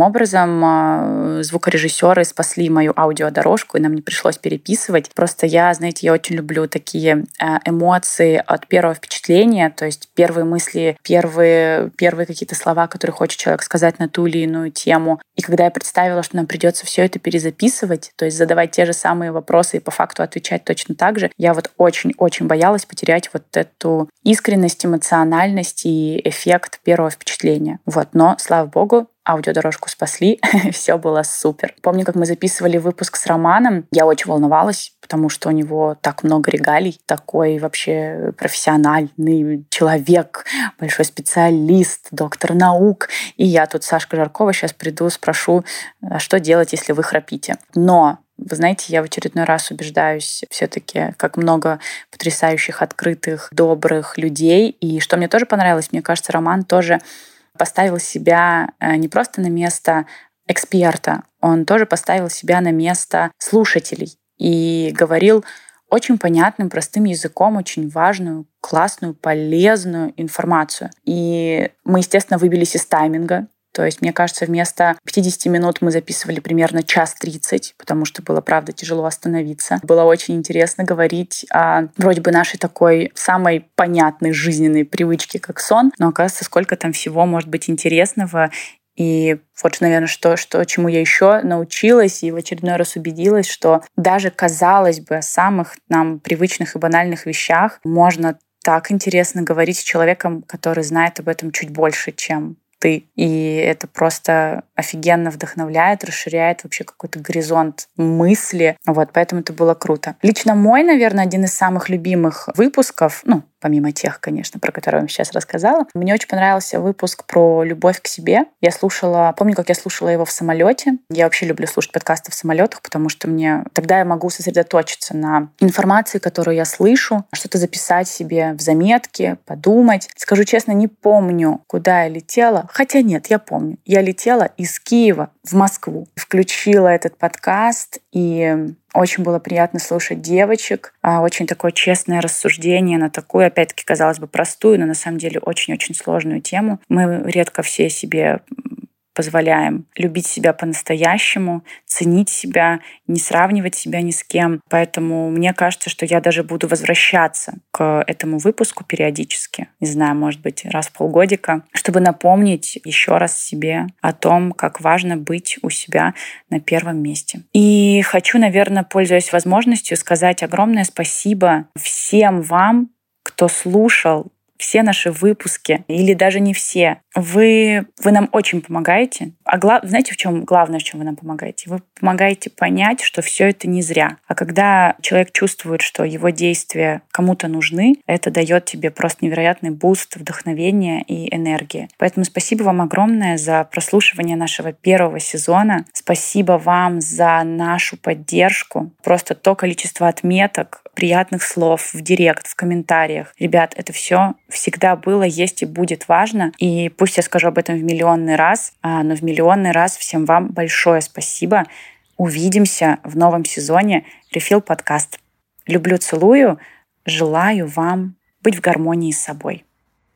образом звукорежиссеры спасли мою аудиодорожку, и нам не пришлось переписывать. Просто я, знаете, я очень люблю такие эмоции от первого впечатления, то есть первые мысли, первые, первые какие-то слова, которые хочет человек сказать на ту или иную тему. И когда я представила, что нам придется все это перезаписывать, то есть задавать те же самые вопросы и по факту отвечать точно так же, я вот очень-очень боялась потерять вот эту искренность, эмоциональность и эффект первого впечатления. Вот. Но, слава богу, аудиодорожку спасли, все было супер. Помню, как мы записывали выпуск с Романом, я очень волновалась, потому что у него так много регалий, такой вообще профессиональный человек, большой специалист, доктор наук. И я тут, Сашка Жаркова, сейчас приду, спрошу, а что делать, если вы храпите. Но вы знаете, я в очередной раз убеждаюсь все-таки, как много потрясающих, открытых, добрых людей. И что мне тоже понравилось, мне кажется, Роман тоже поставил себя не просто на место эксперта, он тоже поставил себя на место слушателей и говорил очень понятным, простым языком очень важную, классную, полезную информацию. И мы, естественно, выбились из тайминга. То есть, мне кажется, вместо пятидесяти минут мы записывали примерно час тридцать, потому что было, правда, тяжело остановиться. Было очень интересно говорить о вроде бы нашей такой самой понятной жизненной привычке, как сон, но оказывается, сколько там всего может быть интересного. И вот, наверное, что, что, чему я еще научилась и в очередной раз убедилась, что даже, казалось бы, о самых нам привычных и банальных вещах можно так интересно говорить с человеком, который знает об этом чуть больше, чем ты. И это просто офигенно вдохновляет, расширяет вообще какой-то горизонт мысли. Вот, поэтому это было круто. Лично мой, наверное, один из самых любимых выпусков, ну, помимо тех, конечно, про которые я вам сейчас рассказала, мне очень понравился выпуск про любовь к себе. Я слушала, помню, как я слушала его в самолете. Я вообще люблю слушать подкасты в самолетах, потому что мне тогда я могу сосредоточиться на информации, которую я слышу, что-то записать себе в заметки, подумать. Скажу честно, не помню, куда я летела. Хотя нет, я помню. Я летела из Киева в Москву. Включила этот подкаст, и очень было приятно слушать девочек. Очень такое честное рассуждение на такую, опять-таки, казалось бы, простую, но на самом деле очень-очень сложную тему. Мы редко все себе позволяем любить себя по-настоящему, ценить себя, не сравнивать себя ни с кем. Поэтому мне кажется, что я даже буду возвращаться к этому выпуску периодически, не знаю, может быть, раз в полгодика, чтобы напомнить еще раз себе о том, как важно быть у себя на первом месте. И хочу, наверное, пользуясь возможностью, сказать огромное спасибо всем вам, кто слушал все наши выпуски, или даже не все, Вы, вы нам очень помогаете. А глав, знаете, в чем главное, в чем вы нам помогаете? Вы помогаете понять, что все это не зря. А когда человек чувствует, что его действия кому-то нужны, это дает тебе просто невероятный буст, вдохновения и энергии. Поэтому спасибо вам огромное за прослушивание нашего первого сезона. Спасибо вам за нашу поддержку. Просто то количество отметок, приятных слов в директ, в комментариях. Ребят, это все всегда было, есть и будет важно. И пусть я скажу об этом в миллионный раз, но в миллионный раз всем вам большое спасибо. Увидимся в новом сезоне Refill подкаст. Люблю, целую. Желаю вам быть в гармонии с собой.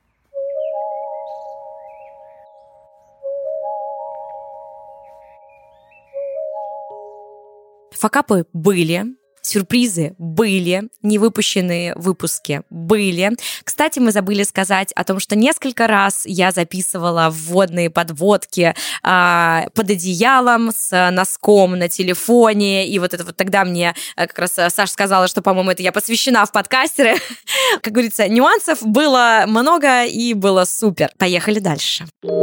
Факапы были, сюрпризы были, невыпущенные выпуски были. Кстати, мы забыли сказать о том, что несколько раз я записывала вводные подводки а, под одеялом с носком на телефоне, и вот это вот тогда мне как раз Саша сказала, что, по-моему, это я посвящена в подкастеры. Как говорится, нюансов было много и было супер. Поехали дальше.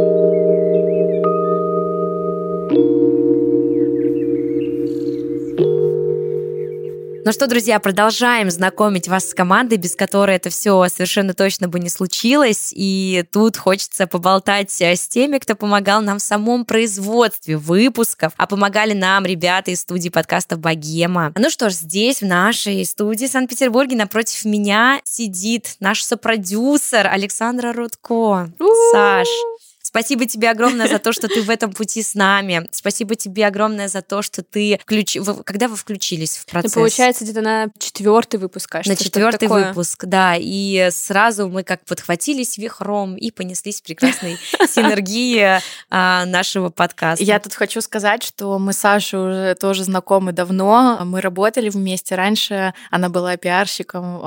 Ну что, друзья, продолжаем знакомить вас с командой, без которой это все совершенно точно бы не случилось. И тут хочется поболтать с теми, кто помогал нам в самом производстве выпусков, а помогали нам ребята из студии подкаста «Богема». Ну что ж, здесь, в нашей студии в Санкт-Петербурге, напротив меня сидит наш сопродюсер Александра Рудко. Саш, спасибо тебе огромное за то, что ты в этом пути с нами. Спасибо тебе огромное за то, что ты... Включ... Когда вы включились в процесс? Ну, получается, где-то на четвертый выпуск, кажется. На четвертый выпуск, да. И сразу мы как подхватились вихром и понеслись в прекрасной синергии нашего подкаста. Я тут хочу сказать, что мы с Сашей уже тоже знакомы давно. Мы работали вместе. Раньше она была пиарщиком.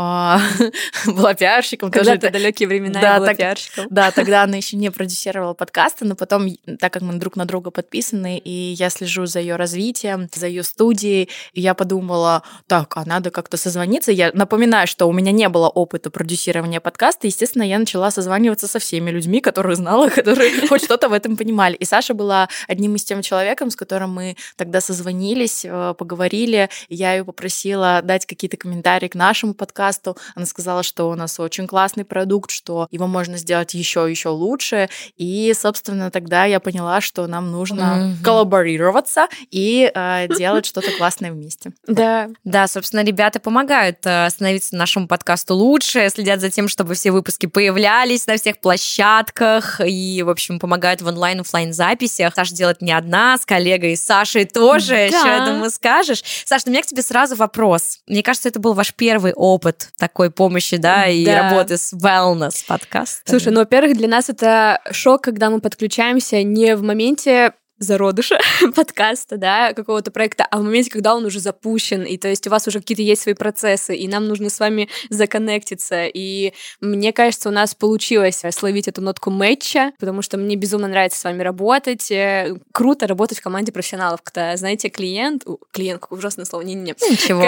Была пиарщиком. Когда-то далекие времена я была пиарщиком. Да, тогда она еще не продюсировала подкасты, но потом, так как мы друг на друга подписаны, и я слежу за ее развитием, за ее студией, и я подумала, так, а надо как-то созвониться. Я напоминаю, что у меня не было опыта продюсирования подкаста, естественно, я начала созваниваться со всеми людьми, которые знала, которые хоть что-то в этом понимали. И Саша была одним из тем человеком, с которым мы тогда созвонились, поговорили, я ее попросила дать какие-то комментарии к нашему подкасту. Она сказала, что у нас очень классный продукт, что его можно сделать еще еще лучше, и И, собственно, тогда я поняла, что нам нужно mm-hmm. коллаборироваться и э, делать что-то классное вместе. Да. Да, собственно, ребята помогают становиться нашему подкасту лучше, следят за тем, чтобы все выпуски появлялись на всех площадках и, в общем, помогают в онлайн-оффлайн записях. Саша делает не одна, с коллегой Сашей тоже, да. Еще, я думаю, скажешь. Саша, у меня к тебе сразу вопрос. Мне кажется, это был ваш первый опыт такой помощи, да, и да. работы с wellness подкастом. Слушай, ну, во-первых, для нас это шок, когда мы подключаемся не в моменте зародыша подкаста, да, какого-то проекта, а в моменте, когда он уже запущен, и то есть у вас уже какие-то есть свои процессы, и нам нужно с вами законнектиться, и мне кажется, у нас получилось словить эту нотку мэтча, потому что мне безумно нравится с вами работать, круто работать в команде профессионалов, когда, знаете, клиент, клиент, какое ужасное слово, не-не-не. Ничего.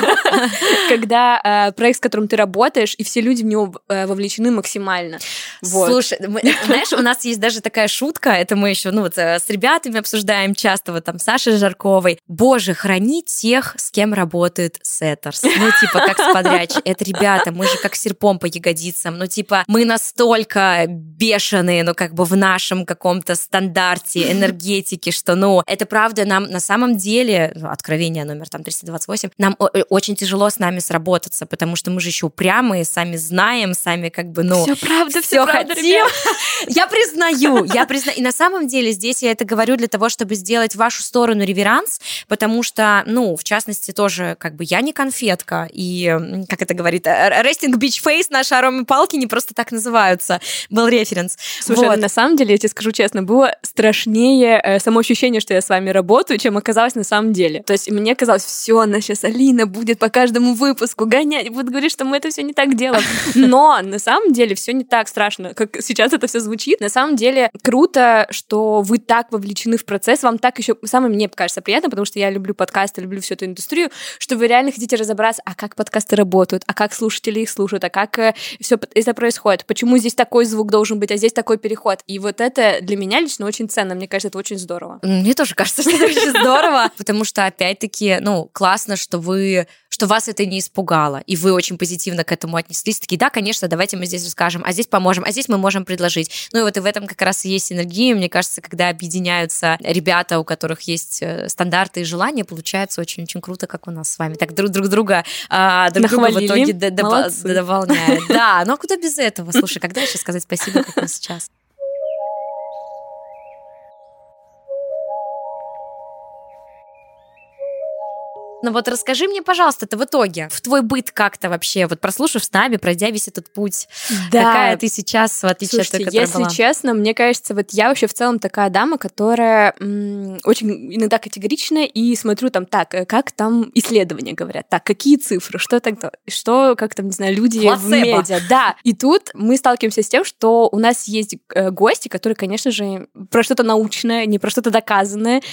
Когда проект, с которым ты работаешь, и все люди в него вовлечены максимально. Слушай, знаешь, у нас есть даже такая шутка, это мы еще, ну вот, с ребятами обсуждаем часто, вот там, Сашей Жарковой. Боже, храни тех, с кем работают сеттерс. Ну, типа, как с подрядчиком. Это, ребята, мы же как серпом по ягодицам. Ну, типа, мы настолько бешеные, ну, как бы в нашем каком-то стандарте энергетики, что, ну, это правда, нам на самом деле, ну, откровение номер там триста двадцать восемь, нам очень тяжело с нами сработаться, потому что мы же еще упрямые, сами знаем, сами как бы, ну... Все правда, все, все правда, хотим. Я признаю, я признаю. И на самом деле здесь я это говорю для того, чтобы сделать в вашу сторону реверанс, потому что, ну, в частности, тоже, как бы, я не конфетка, и, как это говорит, resting beach face наши ароме палки не просто так называются. Был референс. Слушай, вот. На самом деле, я тебе скажу честно, было страшнее э, само ощущение, что я с вами работаю, чем оказалось на самом деле. То есть мне казалось, все, она сейчас, Алина, будет по каждому выпуску гонять, будет говорить, что мы это все не так делаем. Но на самом деле все не так страшно, как сейчас это все звучит. На самом деле круто, что вы так вовлечены вовлечены в процесс, вам так еще, самое мне кажется, приятно, потому что я люблю подкасты, люблю всю эту индустрию, что вы реально хотите разобраться, а как подкасты работают, а как слушатели их слушают, а как э, все это происходит, почему здесь такой звук должен быть, а здесь такой переход. И вот это для меня лично очень ценно, мне кажется, это очень здорово. Мне тоже кажется, что это очень здорово, потому что, опять-таки, ну, классно, что вы, что вас это не испугало, и вы очень позитивно к этому отнеслись. Такие, да, конечно, давайте мы здесь расскажем, а здесь поможем, а здесь мы можем предложить. Ну и вот и в этом как раз и есть энергия, мне кажется, когда объединяются ребята, у которых есть стандарты и желания, получается очень-очень круто, как у нас с вами. Так друг, друг друга а, друг друга в итоге д- д- дополняют. Да, ну а куда без этого? Слушай, когда еще сказать спасибо, как мы сейчас? Ну вот расскажи мне, пожалуйста, ты в итоге, в твой быт как-то вообще, вот прослушав с нами, пройдя весь этот путь, да. Какая ты сейчас, в отличие Слушайте, от той, которая если была? честно, мне кажется, вот я вообще в целом такая дама, которая м- очень иногда категоричная, и смотрю там, так, как там исследования говорят, так, какие цифры, что тогда, что, как там, не знаю, люди Плацебо. В медиа. Да, и тут мы сталкиваемся с тем, что у нас есть гости, которые, конечно же, про что-то научное, не про что-то доказанное,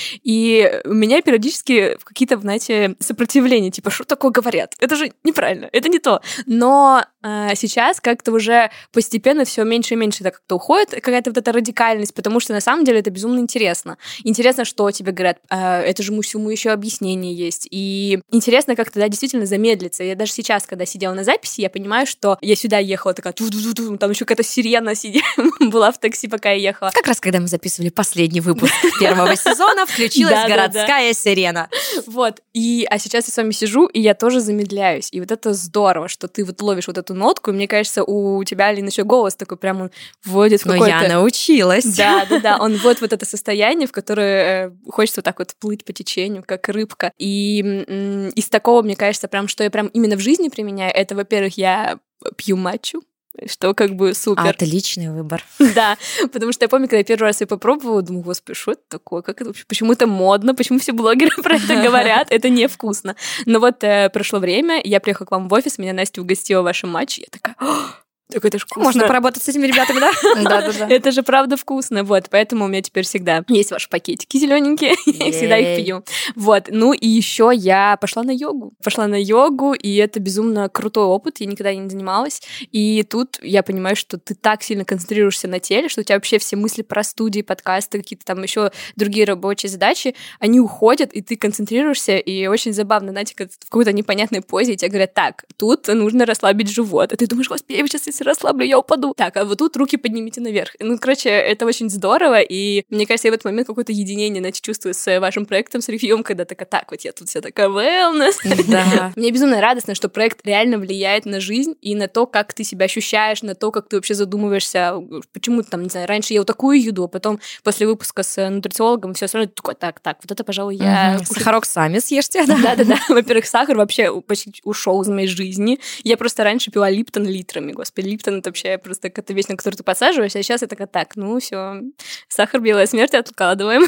и у меня периодически какие-то, знаете, сопротивление, типа, что такое говорят? Это же неправильно, это не то. Но э, сейчас как-то уже постепенно все меньше и меньше это как-то уходит, какая-то вот эта радикальность, потому что на самом деле это безумно интересно. Интересно, что тебе говорят, э, это же всему еще объяснение есть. И интересно как-то, да, действительно замедлиться. Я даже сейчас, когда сидела на записи, я понимаю, что я сюда ехала такая, ту-ду-ду-ду, там еще какая-то сирена сидела, была в такси, пока я ехала. Как раз когда мы записывали последний выпуск первого сезона, включилась городская сирена. Вот, и а сейчас я с вами сижу, и я тоже замедляюсь. И вот это здорово, что ты вот ловишь вот эту нотку, и мне кажется, у тебя, Алина, еще голос такой прям он вводит в какое-то... Но я научилась. Да, да, да, он вводит вот это состояние, в которое хочется вот так вот плыть по течению, как рыбка. И м- из такого, мне кажется, прям, что я прям именно в жизни применяю, это, во-первых, я пью матчу, что как бы супер. Отличный выбор. Да, потому что я помню, когда я первый раз ее попробовала, думаю, господи, что это такое, как это вообще, почему это модно, почему все блогеры про это говорят, это невкусно. Но вот э, прошло время, я приехала к вам в офис, меня Настя угостила в вашем матче, я такая... Так это ж вкусно. Можно поработать с этими ребятами, да? Да-да-да. Это же правда вкусно, вот, поэтому у меня теперь всегда есть ваши пакетики зелененькие, я всегда их пью. Вот, ну и еще я пошла на йогу. Пошла на йогу, и это безумно крутой опыт, я никогда не занималась, и тут я понимаю, что ты так сильно концентрируешься на теле, что у тебя вообще все мысли про студии, подкасты, какие-то там еще другие рабочие задачи, они уходят, и ты концентрируешься, и очень забавно, знаете, как в какой-то непонятной позе, и тебе говорят, так, тут нужно расслабить живот, а ты думаешь, господи, я сейчас расслаблю, я упаду. Так, а вот тут руки поднимите наверх. Ну, короче, это очень здорово, и мне кажется, я в этот момент какое-то единение, значит, чувствую с вашим проектом, с ревьюем, когда такая, так, вот я тут вся такая wellness. Да. Мне безумно радостно, что проект реально влияет на жизнь и на то, как ты себя ощущаешь, на то, как ты вообще задумываешься, почему ты там, не знаю, раньше ел такую еду, а потом после выпуска с нутрициологом все равно такой, так, так, вот это, пожалуй, я... Угу. Сахарок сами съешьте, да? Да-да-да. Во-первых, сахар вообще почти ушел из моей жизни. Я просто раньше пила Липтон литрами, господи, Липтон это вообще просто какая-то вещь, на которую ты подсаживаешься, а сейчас я такая, так, ну все, сахар, белая смерть откладываем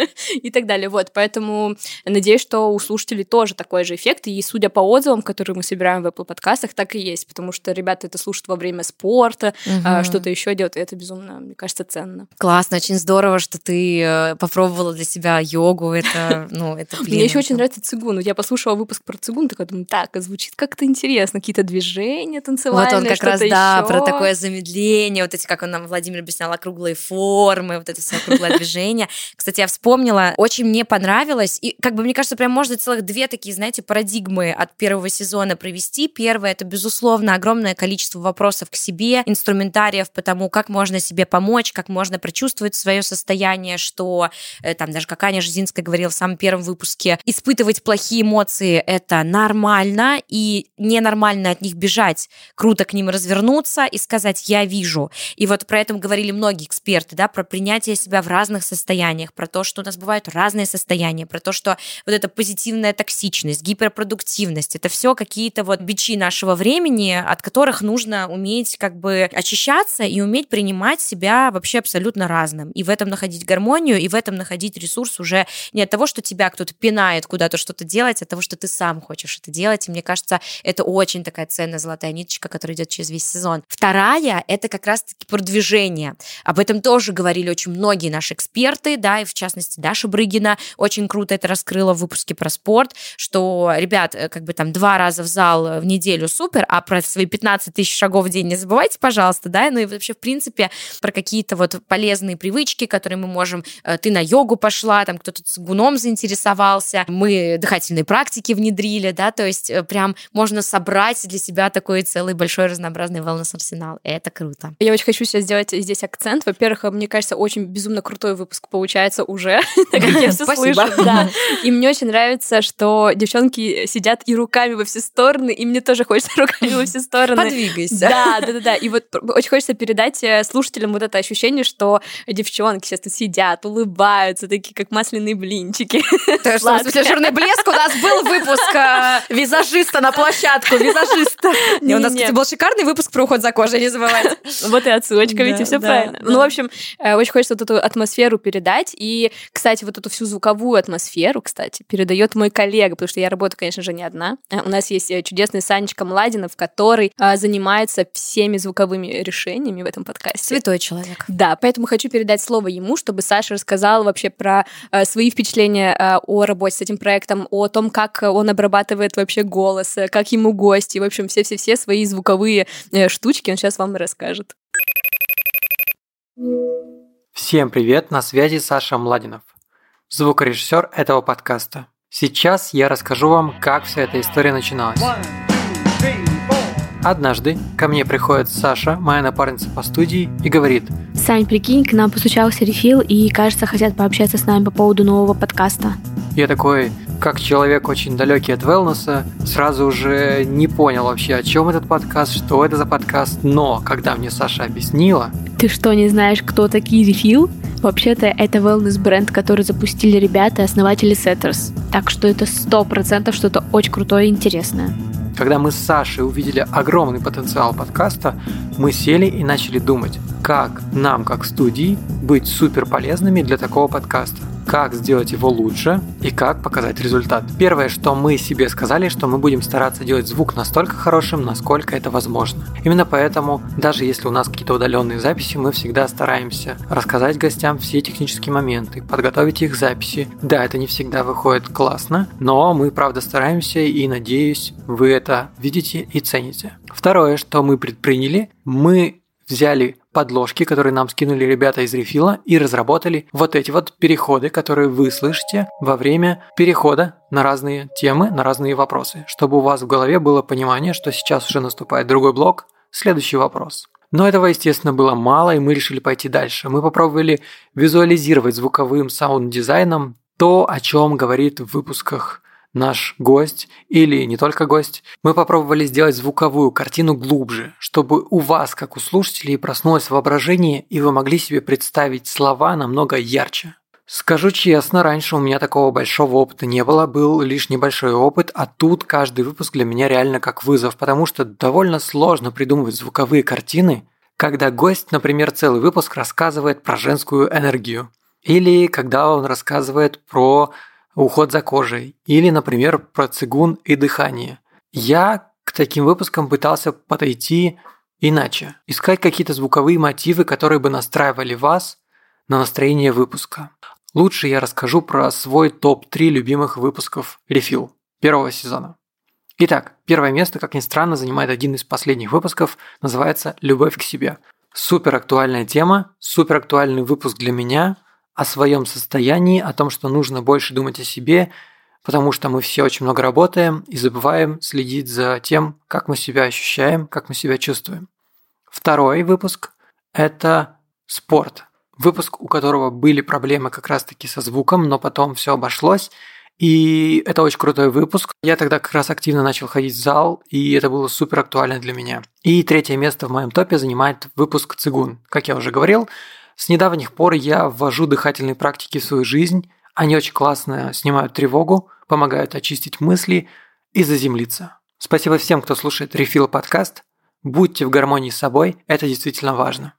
и так далее. Вот, поэтому надеюсь, что у слушателей тоже такой же эффект, и судя по отзывам, которые мы собираем в Apple подкастах, так и есть, потому что ребята это слушают во время спорта, угу. что-то еще делают, и это безумно, мне кажется, ценно. Классно, очень здорово, что ты попробовала для себя йогу, это, ну, это, блин. Мне еще очень нравится цигун. Я послушала выпуск про цигун, такая думаю, так, звучит как-то интересно, какие-то движения танцевальные, вот он как раз, еще. Да, про такое замедление, вот эти, как он нам, Владимир, объяснял, округлые формы, вот это все округлое движение. Кстати, я вспомнила, очень мне понравилось, и как бы, мне кажется, прям можно целых две такие, знаете, парадигмы от первого сезона провести. Первое, это, безусловно, огромное количество вопросов к себе, инструментариев по тому, как можно себе помочь, как можно прочувствовать свое состояние, что, там, даже как Аня Жизинская говорила в самом первом выпуске, испытывать плохие эмоции — это нормально, и ненормально от них бежать. Круто к ним развернуться и сказать «я вижу». И вот про это говорили многие эксперты, да, про принятие себя в разных состояниях, про то, что у нас бывают разные состояния, про то, что вот эта позитивная токсичность, гиперпродуктивность — это все какие-то вот бичи нашего времени, от которых нужно уметь как бы очищаться и уметь принимать себя вообще абсолютно разным. И в этом находить гармонию, и в этом находить ресурс уже не от того, что тебя кто-то пинает куда-то что-то делать, а от того, что ты сам хочешь это делать. И мне кажется, это очень такая ценная золотая ниточка, которая идет через весь сезон. сезон. Вторая — это как раз-таки продвижение. Об этом тоже говорили очень многие наши эксперты, да, и в частности Даша Брыгина очень круто это раскрыла в выпуске про спорт, что, ребят, как бы там два раза в зал в неделю супер, а про свои пятнадцать тысяч шагов в день не забывайте, пожалуйста, да, ну и вообще, в принципе, про какие-то вот полезные привычки, которые мы можем, ты на йогу пошла, там кто-то цигуном заинтересовался, мы дыхательные практики внедрили, да, то есть прям можно собрать для себя такой целый большой разнообразный wellness-арсенал. Это круто. Я очень хочу сейчас сделать здесь акцент. Во-первых, мне кажется, очень безумно крутой выпуск получается уже, так как я все слышу. Да. И мне очень нравится, что девчонки сидят и руками во все стороны, и мне тоже хочется руками во все стороны. Подвигайся. Да, да, да, да. И вот очень хочется передать слушателям вот это ощущение, что девчонки сейчас тут сидят, улыбаются, такие как масляные блинчики. То, что, в смысле, жирный блеск, у нас был выпуск визажиста на площадку, визажиста. У нас, кстати, был шикарный выпуск про уход за кожей, не забывайте. Вот и отсылочка, ведь все правильно. Ну, в общем, очень хочется вот эту атмосферу передать. И, кстати, вот эту всю звуковую атмосферу, кстати, передает мой коллега, потому что я работаю, конечно же, не одна. У нас есть чудесный Санечка Младинов, который занимается всеми звуковыми решениями в этом подкасте. Святой человек. Да, поэтому хочу передать слово ему, чтобы Саша рассказал вообще про свои впечатления о работе с этим проектом, о том, как он обрабатывает вообще голос, как ему гости, в общем, все-все-все свои звуковые штучки он сейчас вам и расскажет. Всем привет, на связи Саша Младинов, звукорежиссер этого подкаста. Сейчас я расскажу вам, как вся эта история начиналась. Однажды ко мне приходит Саша, моя напарница по студии, и говорит: «Сань, прикинь, к нам постучался Рефил и, кажется, хотят пообщаться с нами по поводу нового подкаста». Я такой, как человек очень далекий от wellness, сразу уже не понял вообще, о чем этот подкаст, что это за подкаст, но когда мне Саша объяснила... Ты что, не знаешь, кто такие Рефил? Вообще-то это wellness-бренд, который запустили ребята, основатели Setters. Так что это сто процентов что-то очень крутое и интересное. Когда мы с Сашей увидели огромный потенциал подкаста, мы сели и начали думать, как нам, как студии, быть супер полезными для такого подкаста, как сделать его лучше и как показать результат. Первое, что мы себе сказали, что мы будем стараться делать звук настолько хорошим, насколько это возможно. Именно поэтому, даже если у нас какие-то удаленные записи, мы всегда стараемся рассказать гостям все технические моменты, подготовить их записи. Да, это не всегда выходит классно, но мы правда стараемся и, надеюсь, вы это видите и цените. Второе, что мы предприняли, мы взяли подложки, которые нам скинули ребята из Рефила, и разработали вот эти вот переходы, которые вы слышите во время перехода на разные темы, на разные вопросы, чтобы у вас в голове было понимание, что сейчас уже наступает другой блок, следующий вопрос. Но этого, естественно, было мало, и мы решили пойти дальше. Мы попробовали визуализировать звуковым саунд-дизайном то, о чем говорит в выпусках наш гость или не только гость. Мы попробовали сделать звуковую картину глубже, чтобы у вас, как у слушателей, проснулось воображение, и вы могли себе представить слова намного ярче. Скажу честно, раньше у меня такого большого опыта не было, был лишь небольшой опыт, а тут каждый выпуск для меня реально как вызов, потому что довольно сложно придумывать звуковые картины, когда гость, например, целый выпуск рассказывает про женскую энергию, или когда он рассказывает про уход за кожей, или, например, про цигун и дыхание. Я к таким выпускам пытался подойти иначе, искать какие-то звуковые мотивы, которые бы настраивали вас на настроение выпуска. Лучше я расскажу про свой топ три любимых выпусков Refill первого сезона. Итак, первое место, как ни странно, занимает один из последних выпусков, называется «Любовь к себе». Супер актуальная тема, супер актуальный выпуск для меня, о своем состоянии, о том, что нужно больше думать о себе, потому что мы все очень много работаем и забываем следить за тем, как мы себя ощущаем, как мы себя чувствуем. Второй выпуск – это спорт. Выпуск, у которого были проблемы как раз-таки со звуком, но потом все обошлось, и это очень крутой выпуск. Я тогда как раз активно начал ходить в зал, и это было супер актуально для меня. И третье место в моем топе занимает выпуск «Цигун». Как я уже говорил, с недавних пор я ввожу дыхательные практики в свою жизнь. Они очень классно снимают тревогу, помогают очистить мысли и заземлиться. Спасибо всем, кто слушает Refill подкаст. Будьте в гармонии с собой, это действительно важно.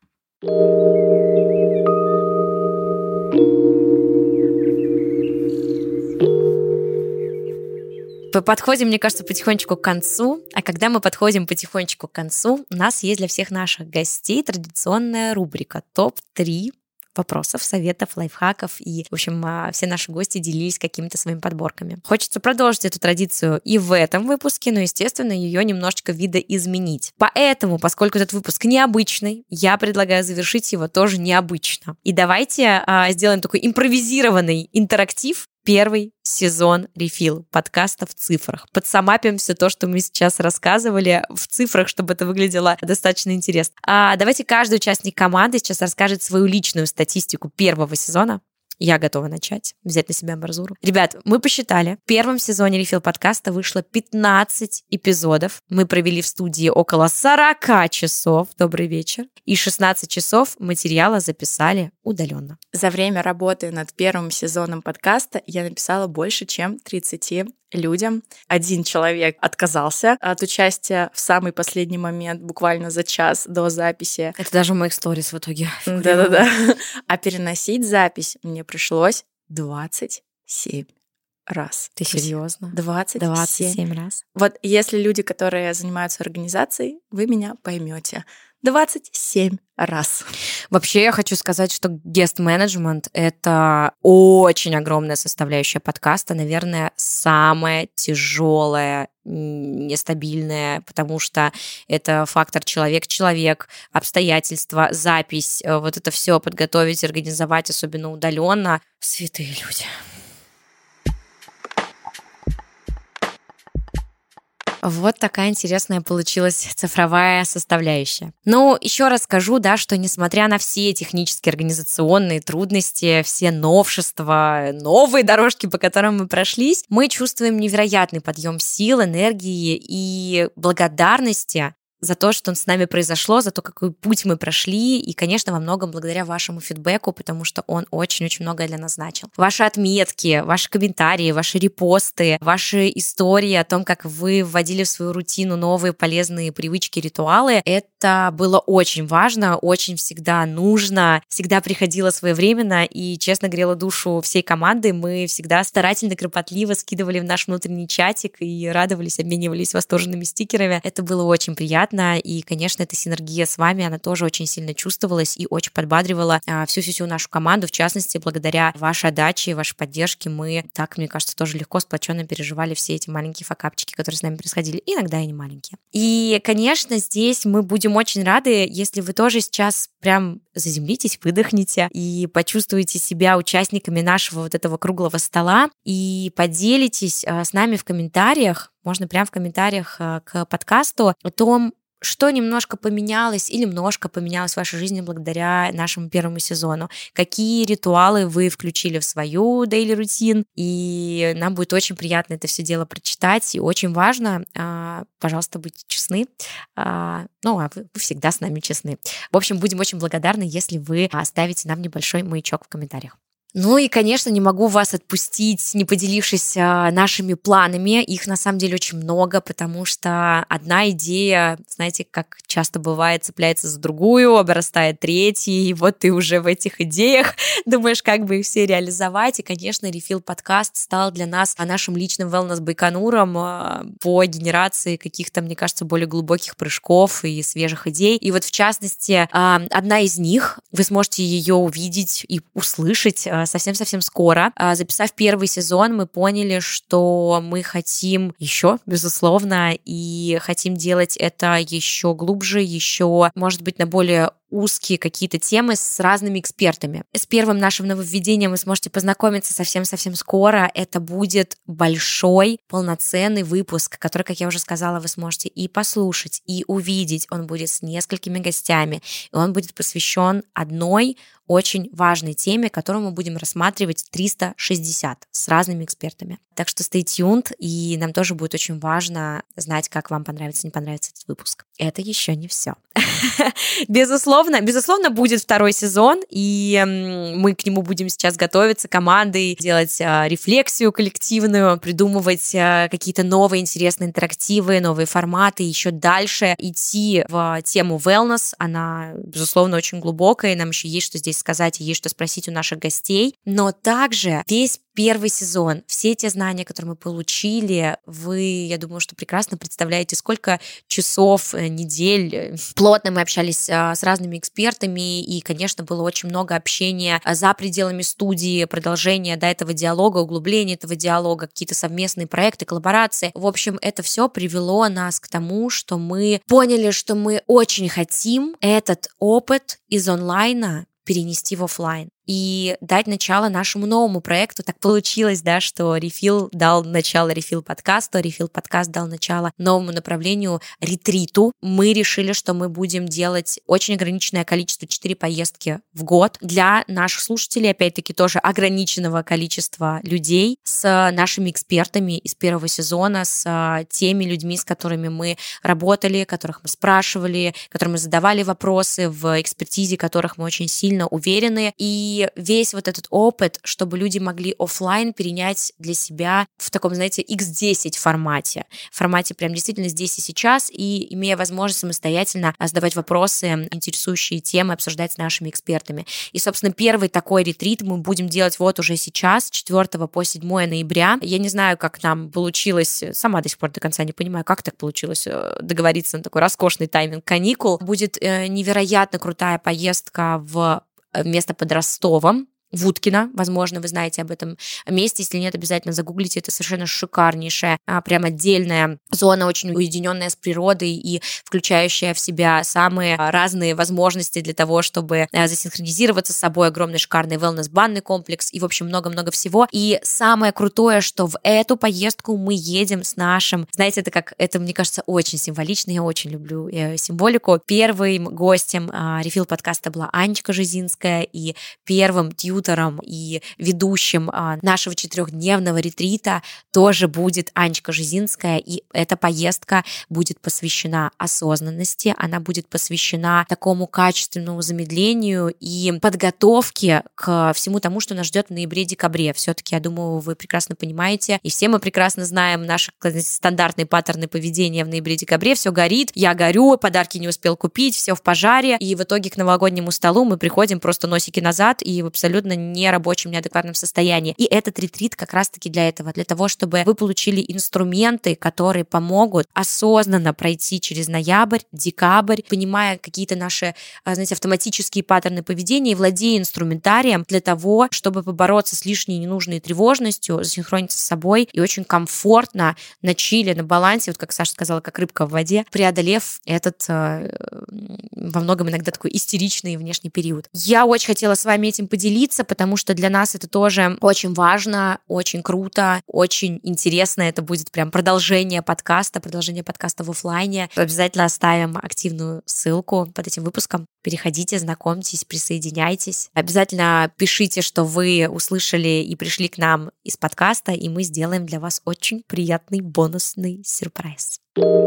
подходим, мне кажется, потихонечку к концу. А когда мы подходим потихонечку к концу, у нас есть для всех наших гостей традиционная рубрика топ три вопросов, советов, лайфхаков. И, в общем, все наши гости делились какими-то своими подборками. Хочется продолжить эту традицию и в этом выпуске, но, естественно, ее немножечко видоизменить. Поэтому, поскольку этот выпуск необычный, я предлагаю завершить его тоже необычно. И давайте а, сделаем такой импровизированный интерактив. Первый сезон Refill подкаста в цифрах. Подсамапим все то, что мы сейчас рассказывали в цифрах, чтобы это выглядело достаточно интересно. А давайте каждый участник команды сейчас расскажет свою личную статистику первого сезона. Я готова начать, взять на себя амбразуру. Ребят, мы посчитали. В первом сезоне Refill подкаста вышло пятнадцать эпизодов. Мы провели в студии около сорок часов. Добрый вечер. И шестнадцать часов материала записали удаленно. За время работы над первым сезоном подкаста я написала больше, чем тридцати людям. Один человек отказался от участия в самый последний момент, буквально за час до записи. Это даже в моих сторис в итоге. Да-да-да. А переносить запись мне пришлось двадцать семь раз. Ты серьезно? двадцать семь. двадцать семь раз? Вот если люди, которые занимаются организацией, вы меня поймете. двадцать семь раз. Вообще я хочу сказать, что гест-менеджмент — это очень огромная составляющая подкаста, наверное, самая тяжелая, нестабильная, потому что это фактор человек-человек, обстоятельства, запись, вот это все подготовить, организовать, особенно удаленно. Святые люди. Вот такая интересная получилась цифровая составляющая. Ну, еще раз скажу, да, что несмотря на все технические, организационные трудности, все новшества, новые дорожки, по которым мы прошлись, мы чувствуем невероятный подъем сил, энергии и благодарности за то, что с нами произошло, за то, какой путь мы прошли, и, конечно, во многом благодаря вашему фидбэку, потому что он очень-очень многое для нас значил. Ваши отметки, ваши комментарии, ваши репосты, ваши истории о том, как вы вводили в свою рутину новые полезные привычки, ритуалы, это было очень важно, очень всегда нужно, всегда приходило своевременно и, честно, грело душу всей команды. Мы всегда старательно, кропотливо скидывали в наш внутренний чатик и радовались, обменивались восторженными стикерами. Это было очень приятно. И, конечно, эта синергия с вами, она тоже очень сильно чувствовалась и очень подбадривала всю-всю нашу команду. В частности, благодаря вашей отдаче, вашей поддержке мы так, мне кажется, тоже легко, сплоченно переживали все эти маленькие факапчики, которые с нами происходили, иногда и не маленькие. И, конечно, здесь мы будем очень рады, если вы тоже сейчас прям заземлитесь, выдохните и почувствуете себя участниками нашего вот этого круглого стола и поделитесь с нами в комментариях, можно прямо в комментариях к подкасту, о том, что немножко поменялось или немножко поменялось в вашей жизни благодаря нашему первому сезону, какие ритуалы вы включили в свою daily рутин, и нам будет очень приятно это все дело прочитать, и очень важно, пожалуйста, будьте честны, ну, а вы всегда с нами честны. В общем, будем очень благодарны, если вы оставите нам небольшой маячок в комментариях. Ну и, конечно, не могу вас отпустить, не поделившись нашими планами. Их, на самом деле, очень много, потому что одна идея, знаете, как часто бывает, цепляется за другую, обрастает третьей, и вот ты уже в этих идеях думаешь, как бы их все реализовать. И, конечно, Refill подкаст стал для нас нашим личным wellness-байконуром по генерации каких-то, мне кажется, более глубоких прыжков и свежих идей. И вот, в частности, одна из них, вы сможете ее увидеть и услышать совсем-совсем скоро. Записав первый сезон, мы поняли, что мы хотим еще, безусловно, и хотим делать это еще глубже, еще, может быть, на более узкие какие-то темы с разными экспертами. С первым нашим нововведением вы сможете познакомиться совсем-совсем скоро. Это будет большой, полноценный выпуск, который, как я уже сказала, вы сможете и послушать, и увидеть. Он будет с несколькими гостями, и он будет посвящен одной очень важной теме, которую мы будем рассматривать триста шестьдесят с разными экспертами. Так что stay tuned, и нам тоже будет очень важно знать, как вам понравится, не понравится этот выпуск. Это еще не все. Безусловно, безусловно, будет второй сезон, и мы к нему будем сейчас готовиться командой, делать рефлексию коллективную, придумывать какие-то новые интересные интерактивы, новые форматы, еще дальше идти в тему wellness. Она, безусловно, очень глубокая, и нам еще есть что здесь сказать, и есть что спросить у наших гостей. Но также весь первый сезон, все те знания, которые мы получили, вы, я думаю, что прекрасно представляете, сколько часов, недель. Плотно мы общались с разными экспертами, и, конечно, было очень много общения за пределами студии, продолжение до этого диалога, углубление этого диалога, какие-то совместные проекты, коллаборации. В общем, это все привело нас к тому, что мы поняли, что мы очень хотим этот опыт из онлайна перенести в офлайн и дать начало нашему новому проекту. Так получилось, да, что Refill дал начало Refill подкасту, Refill подкаст дал начало новому направлению ретриту. Мы решили, что мы будем делать очень ограниченное количество, четыре поездки в год для наших слушателей, опять-таки тоже ограниченного количества людей, с нашими экспертами из первого сезона, с теми людьми, с которыми мы работали, которых мы спрашивали, которым мы задавали вопросы, в экспертизе которых мы очень сильно уверены. И И весь вот этот опыт, чтобы люди могли офлайн перенять для себя в таком, знаете, икс десять формате. В формате прям действительно здесь и сейчас, и имея возможность самостоятельно задавать вопросы, интересующие темы, обсуждать с нашими экспертами. И, собственно, первый такой ретрит мы будем делать вот уже сейчас, с четвёртого по седьмое ноября. Я не знаю, как нам получилось, сама до сих пор до конца не понимаю, как так получилось договориться на такой роскошный тайминг каникул. Будет невероятно крутая поездка в место под Ростовом, в Уткино, возможно, вы знаете об этом месте, если нет, обязательно загуглите, это совершенно шикарнейшая, прям отдельная зона, очень уединенная с природой и включающая в себя самые разные возможности для того, чтобы засинхронизироваться с собой, огромный шикарный wellness-банный комплекс и, в общем, много-много всего. И самое крутое, что в эту поездку мы едем с нашим, знаете, это как, это, мне кажется, очень символично, я очень люблю символику. Первым гостем Refill подкаста была Анечка Жизинская, и первым тьютором и ведущим нашего четырехдневного ретрита тоже будет Анечка Жизинская, и эта поездка будет посвящена осознанности, она будет посвящена такому качественному замедлению и подготовке к всему тому, что нас ждет в ноябре-декабре. Все-таки, я думаю, вы прекрасно понимаете, и все мы прекрасно знаем наши стандартные паттерны поведения в ноябре-декабре. Все горит, я горю, подарки не успел купить, все в пожаре, и в итоге к новогоднему столу мы приходим просто носики назад и в абсолютно нерабочем, неадекватном состоянии. И этот ретрит как раз-таки для этого, для того, чтобы вы получили инструменты, которые помогут осознанно пройти через ноябрь, декабрь, понимая какие-то наши, знаете, автоматические паттерны поведения и владея инструментарием для того, чтобы побороться с лишней ненужной тревожностью, засинхрониться с собой и очень комфортно на чиле, на балансе, вот как Саша сказала, как рыбка в воде, преодолев этот э, во многом иногда такой истеричный внешний период. Я очень хотела с вами этим поделиться, потому что для нас это тоже очень важно, очень круто, очень интересно. Это будет прям продолжение подкаста, продолжение подкаста в офлайне. Обязательно оставим активную ссылку под этим выпуском. Переходите, знакомьтесь, присоединяйтесь. Обязательно пишите, что вы услышали и пришли к нам из подкаста, и мы сделаем для вас очень приятный бонусный сюрприз.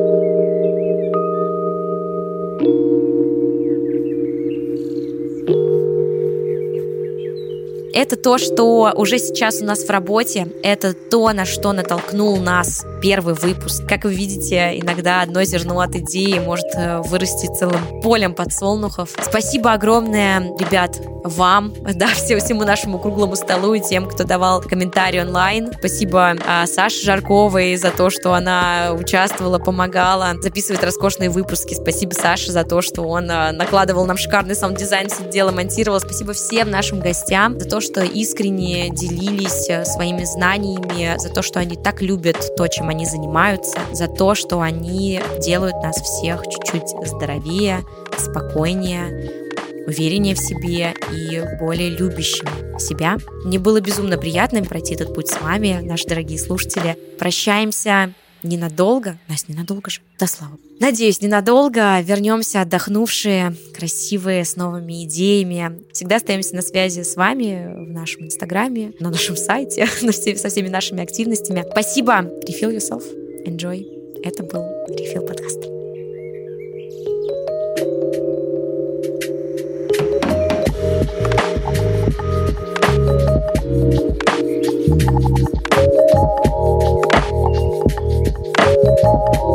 Это то, что уже сейчас у нас в работе, это то, на что натолкнул нас первый выпуск. Как вы видите, иногда одно зерно от идеи может вырасти целым полем подсолнухов. Спасибо огромное, ребят, вам, да, всему нашему круглому столу и тем, кто давал комментарии онлайн. Спасибо а, Саше Жарковой за то, что она участвовала, помогала записывать роскошные выпуски. Спасибо Саше за то, что он а, накладывал нам шикарный саунд-дизайн, все это дело монтировал. Спасибо всем нашим гостям за то, что искренне делились своими знаниями, за то, что они так любят то, чем они занимаются, за то, что они делают нас всех чуть-чуть здоровее, спокойнее, увереннее в себе и более любящими себя. Мне было безумно приятно пройти этот путь с вами, наши дорогие слушатели. Прощаемся ненадолго. Настя, ненадолго же? Да, слава. Надеюсь, ненадолго. Вернемся отдохнувшие, красивые, с новыми идеями. Всегда остаемся на связи с вами в нашем инстаграме, на нашем сайте, со всеми нашими активностями. Спасибо. Refill yourself. Enjoy. Это был Refill подкаст. Thank you.